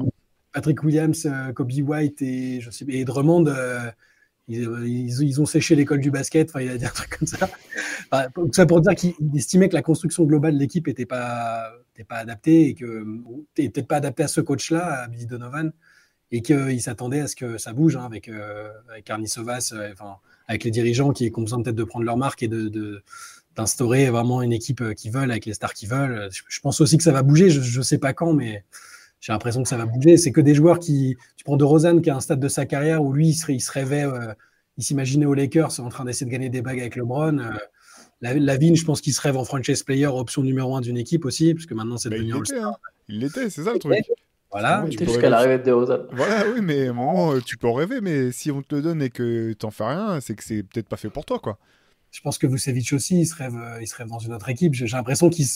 Kobe White et Drummond, ils ont séché l'école du basket. Enfin, il a dit un truc comme ça. Tout ça pour dire qu'il estimait que la construction globale de l'équipe n'était pas adaptée, et que n'était peut-être pas adaptée à ce coach-là, à Billy Donovan, et qu'il s'attendait à ce que ça bouge, hein, avec Arnie Sovas, avec les dirigeants qui ont besoin peut-être de prendre leur marque et d'instaurer vraiment une équipe qu'ils veulent, avec les stars qu'ils veulent. Je pense aussi que ça va bouger, je ne sais pas quand, mais j'ai l'impression que ça va bouger. C'est que des joueurs tu prends DeRozan, qui est à un stade de sa carrière où lui, il se rêvait, il s'imaginait aux Lakers en train d'essayer de gagner des bagues avec LeBron. Lavine, je pense qu'il se rêve en franchise player, option numéro 1 d'une équipe aussi, parce que maintenant c'est devenu All-Star. Il l'était, c'est ça le truc. Voilà. C'était jusqu'à l'arrivée de DeRozan. Voilà, oui, mais à un moment, tu peux en rêver, mais si on te le donne et que t'en fais rien, c'est que c'est peut-être pas fait pour toi, quoi. Je pense que Vucevic aussi, il se rêve dans une autre équipe. J'ai l'impression qu'il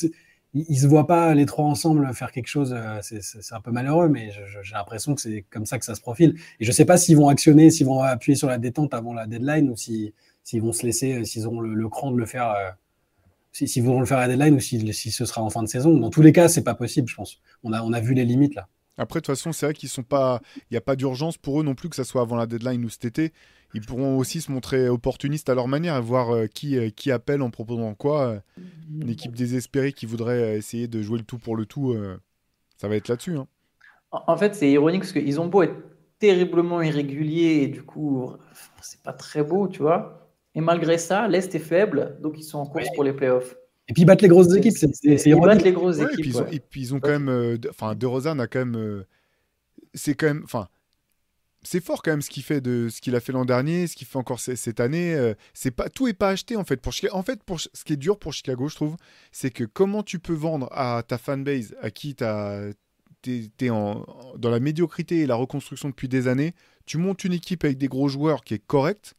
ils se voient pas les trois ensemble faire quelque chose. C'est un peu malheureux, mais j'ai l'impression que c'est comme ça que ça se profile. Et je sais pas s'ils vont actionner, s'ils vont appuyer sur la détente avant la deadline ou s'ils vont se laisser, s'ils auront le cran de le faire, s'ils voudront le faire à la deadline ou si ce sera en fin de saison. Dans tous les cas, c'est pas possible, je pense. On a vu les limites là. Après, de toute façon, c'est vrai qu'ils sont pas. Il n'y a pas d'urgence pour eux non plus que ça soit avant la deadline ou cet été. Ils pourront aussi se montrer opportunistes à leur manière et voir qui appelle en proposant quoi. Une équipe désespérée qui voudrait essayer de jouer le tout pour le tout, ça va être là-dessus. Hein. En fait, c'est ironique parce qu'ils ont beau être terriblement irréguliers et du coup, c'est pas très beau, tu vois. Et malgré ça, l'Est est faible, donc ils sont en course pour les playoffs. Et puis ils battent les grosses équipes, c'est Ils ironique. battent les grosses Ouais, équipes. et puis ils ont quand même. Enfin, DeRozan a quand même. C'est quand même. Enfin, c'est fort quand même ce qu'il fait de ce qu'il a fait l'an dernier, ce qu'il fait encore cette année. C'est pas tout est pas acheté en fait pour Chicago. En fait, pour ce qui est dur pour Chicago, je trouve, c'est que comment tu peux vendre à ta fanbase, à qui t'es dans la médiocrité et la reconstruction depuis des années, tu montes une équipe avec des gros joueurs qui est correcte.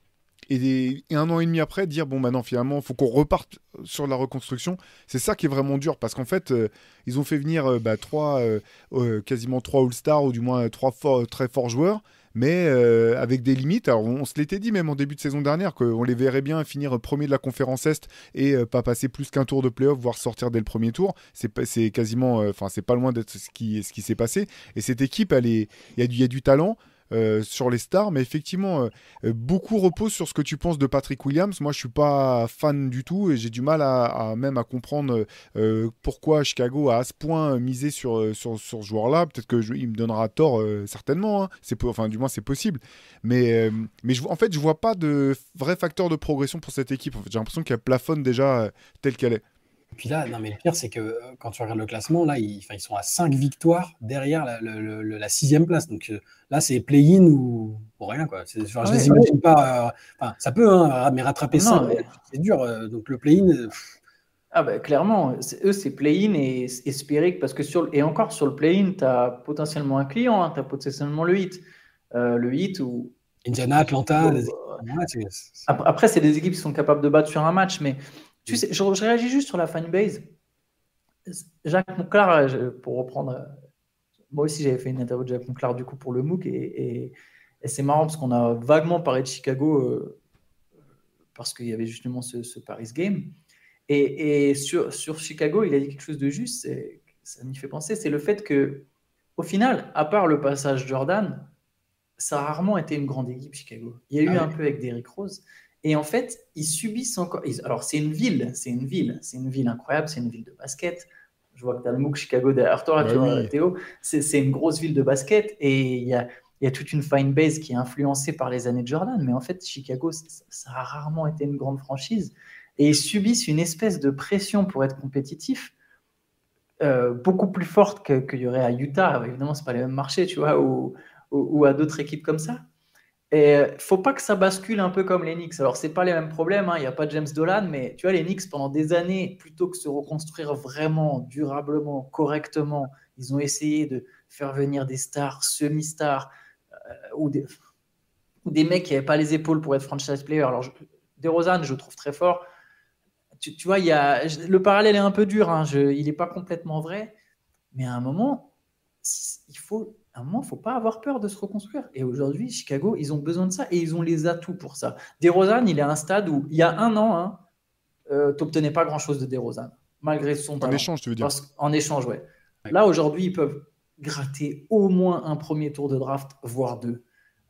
Et un an et demi après, dire bon, maintenant, finalement, il faut qu'on reparte sur la reconstruction. C'est ça qui est vraiment dur parce qu'en fait, ils ont fait venir quasiment trois All-Stars ou du moins trois très forts joueurs, mais avec des limites. Alors, on se l'était dit même en début de saison dernière qu'on les verrait bien finir premier de la conférence Est et pas passer plus qu'un tour de playoff, voire sortir dès le premier tour. C'est quasiment, c'est pas loin d'être ce qui s'est passé. Et cette équipe, il y a du talent. Sur les stars, mais effectivement, beaucoup repose sur ce que tu penses de Patrick Williams. Moi, je suis pas fan du tout et j'ai du mal même à comprendre pourquoi Chicago a à ce point misé sur ce joueur-là. Peut-être qu'il me donnera tort, certainement. Hein. Enfin, du moins, c'est possible. Mais en fait, je vois pas de vrai facteur de progression pour cette équipe. En fait, j'ai l'impression qu'elle plafonne déjà telle qu'elle est. Et puis là, non, mais le pire, c'est que quand tu regardes le classement, là, ils sont à 5 victoires derrière la 6e place. Donc là, c'est play-in ou rien, quoi. Genre, je les imagine pas. Ça peut, hein, mais rattraper ça, c'est dur. Donc le play-in. Ah bah, clairement, eux, c'est play-in et espérer parce que encore sur le play-in, tu as potentiellement un client, tu as potentiellement le Heat. Le Heat ou. Indiana, Atlanta. Après, c'est des équipes qui sont capables de battre sur un match, mais. Tu sais, je réagis juste sur la fanbase. Jacques Monclar, pour reprendre, moi aussi j'avais fait une interview de Jacques Monclar du coup pour le MOOC et c'est marrant parce qu'on a vaguement parlé de Chicago parce qu'il y avait justement ce Paris Game et sur Chicago il a dit quelque chose de juste, ça m'y fait penser, c'est le fait que au final, à part le passage Jordan, ça a rarement été une grande équipe Chicago. Il y a eu un peu avec Derrick Rose. Et en fait, ils subissent encore. Alors, c'est une ville incroyable, c'est une ville de basket. Je vois que tu as le MOOC Chicago derrière toi, Théo. C'est une grosse ville de basket et il y a toute une fan base qui est influencée par les années de Jordan. Mais en fait, Chicago, ça a rarement été une grande franchise. Et ils subissent une espèce de pression pour être compétitifs, beaucoup plus forte qu'il y aurait à Utah. Évidemment, ce n'est pas les mêmes marchés, tu vois, ou à d'autres équipes comme ça. Et faut pas que ça bascule un peu comme les Knicks. Alors, c'est pas les mêmes problèmes, il n'y a pas de James Dolan, mais tu vois, les Knicks, pendant des années, plutôt que se reconstruire vraiment, durablement, correctement, ils ont essayé de faire venir des stars, semi-stars, ou des mecs qui n'avaient pas les épaules pour être franchise player. Alors, DeRozan, je le trouve très fort. Tu vois, le parallèle est un peu dur, hein, il n'est pas complètement vrai, mais à un moment, il faut pas avoir peur de se reconstruire. Et aujourd'hui, Chicago, ils ont besoin de ça et ils ont les atouts pour ça. DeRozan, il est à un stade où, il y a un an, tu n'obtenais pas grand-chose de DeRozan, malgré son talent. En échange, tu veux dire ? En échange, ouais. Là, aujourd'hui, ils peuvent gratter au moins un premier tour de draft, voire deux.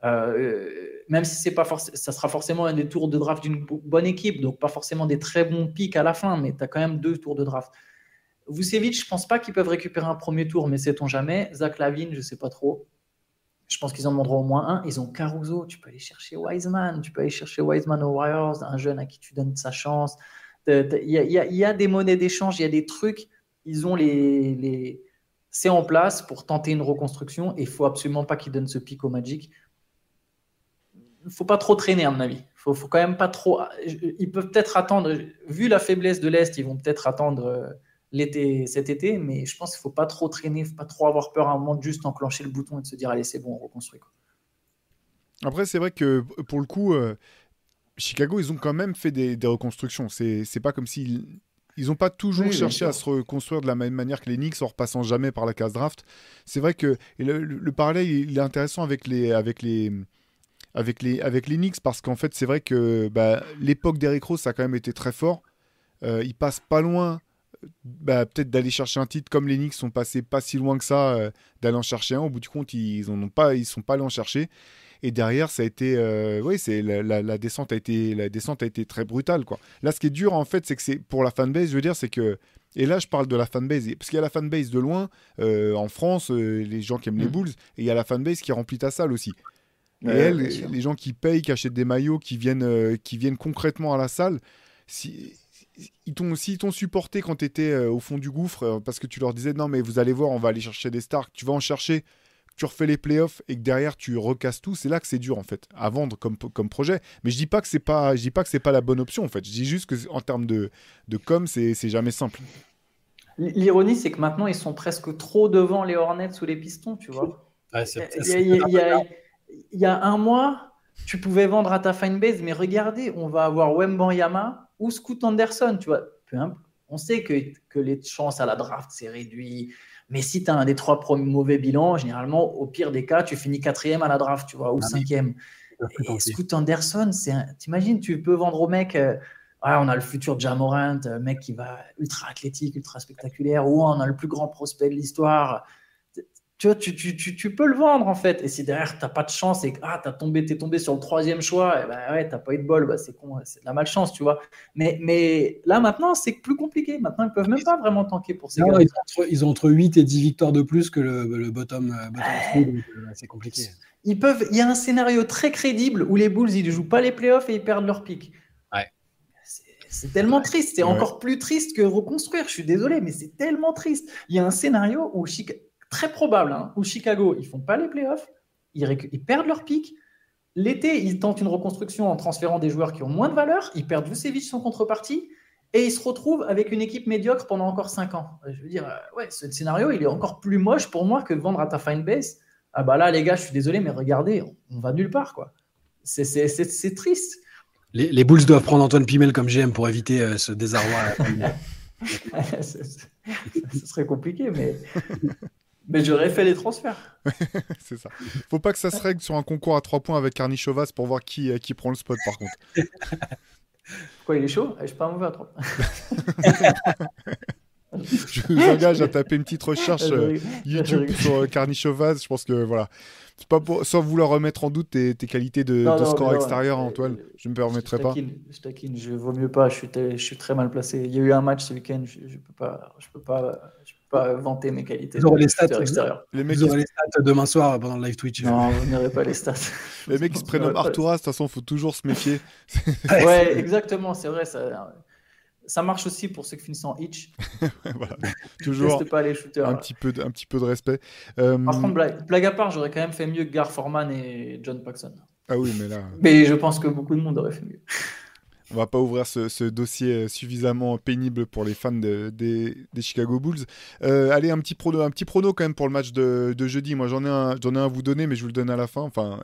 Même si ça sera forcément un des tours de draft d'une bonne équipe, donc pas forcément des très bons pics à la fin, mais tu as quand même 2 tours de draft. Vucevic, je ne pense pas qu'ils peuvent récupérer un premier tour, mais sait-on jamais. Zach LaVine, je ne sais pas trop. Je pense qu'ils en demanderont au moins un. Ils ont Caruso, tu peux aller chercher Wiseman, aux Warriors, un jeune à qui tu donnes sa chance. Il y a des monnaies d'échange, il y a des trucs. Ils ont c'est en place pour tenter une reconstruction et il ne faut absolument pas qu'ils donnent ce pic au Magic. Il ne faut pas trop traîner, à mon avis. Faut quand même pas trop. Ils peuvent peut-être attendre, vu la faiblesse de l'Est, ils vont peut-être attendre cet été, mais je pense qu'il ne faut pas trop traîner, il ne faut pas trop avoir peur à un moment de juste enclencher le bouton et de se dire allez, c'est bon, on reconstruit. Quoi. Après, c'est vrai que pour le coup, Chicago, ils ont quand même fait des reconstructions. C'est pas comme si Ils n'ont pas toujours Oui, bien cherché à sûr. se reconstruire de la même manière que les Knicks en repassant jamais par la case draft. C'est vrai que et le parallèle il est intéressant avec les Knicks parce qu'en fait c'est vrai que l'époque d'Eric Rose ça a quand même été très fort. Ils passent pas loin peut-être d'aller chercher un titre comme les Knicks sont passés pas si loin que ça d'aller en chercher un. Au bout du compte ils sont pas allés en chercher. Et derrière, ça a été, oui, c'est la descente a été très brutale, quoi. Là, ce qui est dur en fait, c'est que c'est pour la fanbase, je veux dire, c'est que, et là, je parle de la fanbase, parce qu'il y a la fanbase de loin, en France, les gens qui aiment les Bulls, et il y a la fanbase qui remplit ta salle aussi. Et Ouais, bien sûr. les gens qui payent, qui achètent des maillots, qui viennent concrètement à la salle, s'ils t'ont supporté quand tu étais au fond du gouffre, parce que tu leur disais non, mais vous allez voir, on va aller chercher des stars, tu vas en chercher. Tu refais les playoffs et que derrière tu recasses tout, c'est là que c'est dur en fait à vendre comme projet. Mais je dis pas que c'est pas la bonne option en fait. Je dis juste que en termes de com, c'est jamais simple. L'ironie, c'est que maintenant, ils sont presque trop devant les Hornets ou les Pistons, tu vois. Ouais, Il y a un mois, tu pouvais vendre à ta fanbase, mais regardez, on va avoir Wembanyama ou Scoot Anderson, tu vois. On sait que les chances à la draft, c'est réduit. Mais si tu as un des 3 mauvais bilans, généralement, au pire des cas, tu finis 4e à la draft, tu vois, ou 5e. Et Scoot Anderson, t'imagines, tu peux vendre au mec, on a le futur Ja Morant, mec qui va ultra athlétique, ultra spectaculaire, ou on a le plus grand prospect de l'histoire. Tu vois, tu peux le vendre en fait. Et si derrière, tu n'as pas de chance et que t'es tombé sur le 3e choix, et ouais, tu n'as pas eu de bol, c'est con, c'est de la malchance, tu vois. Mais là, maintenant, c'est plus compliqué. Maintenant, ils ne peuvent même pas vraiment tanker pour ces gars. Ils ont entre 8 et 10 victoires de plus que le bottom 3, donc c'est compliqué. Il y a un scénario très crédible où les Bulls, ils ne jouent pas les playoffs et ils perdent leur pick. Ouais. C'est tellement triste. C'est encore plus triste que reconstruire. Je suis désolé, mais c'est tellement triste. Il y a un scénario où très probable, où Chicago, ils font pas les playoffs, ils perdent leur pick. L'été, ils tentent une reconstruction en transférant des joueurs qui ont moins de valeur, ils perdent Vucevic sans contrepartie, et ils se retrouvent avec une équipe médiocre pendant encore 5 ans. Je veux dire, ce scénario, il est encore plus moche pour moi que de vendre à ta fanbase. Ah bah là, les gars, je suis désolé, mais regardez, on va nulle part, quoi. C'est triste. Les Bulls doivent prendre Antoine Pimel comme GM pour éviter ce désarroi. Ce serait compliqué, mais j'aurais fait les transferts. C'est ça. Faut pas que ça se règle sur un concours à 3 points avec Carny Chovas pour voir qui prend le spot par contre. Pourquoi il est chaud ? Je suis pas mauvais à 3. Je vous engage à taper une petite recherche YouTube sur Carny Chovas. Je pense que voilà. C'est pas sans vouloir remettre en doute tes qualités de score extérieur, Antoine. Je ne me permettrai pas. Je taquine, je vaut mieux pas. Je suis très mal placé. Il y a eu un match ce week-end. Je peux pas vanter mes qualités. Vous aurez les stats extérieurs. Vous aurez les stats demain soir pendant le live Twitch. Non, vous n'aurez pas les stats. Les mecs qui se prénomment Arturas, de toute façon, il faut toujours se méfier. Ouais, exactement, c'est vrai. Ça marche aussi pour ceux qui finissent en hitch. Voilà. Toujours pas les shooters, un petit peu de respect. Par contre, blague à part, j'aurais quand même fait mieux que Gar Forman et John Paxson. Ah oui, mais là. Mais je pense que beaucoup de monde aurait fait mieux. On va pas ouvrir ce dossier suffisamment pénible pour les fans des Chicago Bulls. Allez, un petit prono quand même pour le match de jeudi. Moi, j'en ai un à vous donner, mais je vous le donne à la fin. Enfin,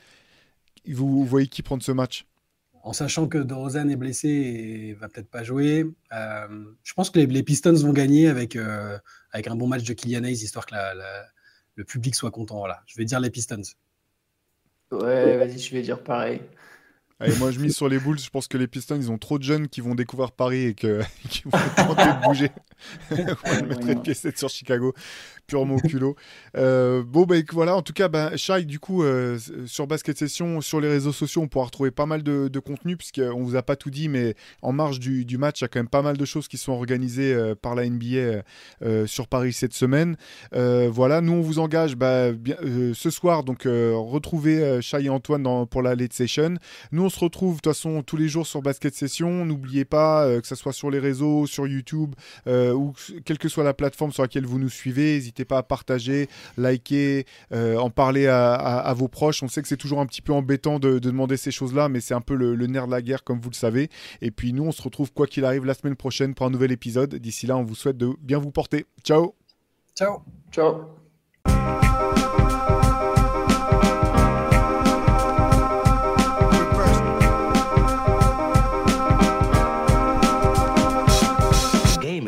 vous voyez qui prendre ce match ? En sachant que DeRozan est blessé et va peut-être pas jouer, je pense que les Pistons vont gagner avec un bon match de Killian Hayes, histoire que le public soit content. Voilà. Je vais dire les Pistons. Ouais, vas-y, je vais dire pareil. Allez, moi je mise sur les Bulls. Je pense que les Pistons, ils ont trop de jeunes qui vont découvrir Paris et qui vont tenter de bouger. On mettrait une piécette sur Chicago, purement au culot. Voilà, en tout cas, Shai, du coup, sur Basket Session, sur les réseaux sociaux, on pourra retrouver pas mal de contenu, puisqu'on vous a pas tout dit, mais en marge du match, il y a quand même pas mal de choses qui sont organisées par la NBA sur Paris cette semaine. Voilà, nous on vous engage ce soir, donc retrouvez Shai et Antoine pour la late session. Nous on se retrouve de toute façon tous les jours sur Basket Session. N'oubliez pas que ce soit sur les réseaux, sur YouTube ou quelle que soit la plateforme sur laquelle vous nous suivez, n'hésitez pas à partager, liker, en parler à vos proches. On sait que c'est toujours un petit peu embêtant de demander ces choses-là, mais c'est un peu le nerf de la guerre comme vous le savez. Et puis nous on se retrouve quoi qu'il arrive la semaine prochaine pour un nouvel épisode. D'ici là on vous souhaite de bien vous porter. Ciao. Ciao. Ciao.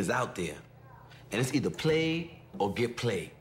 is out there, and it's either play or get played.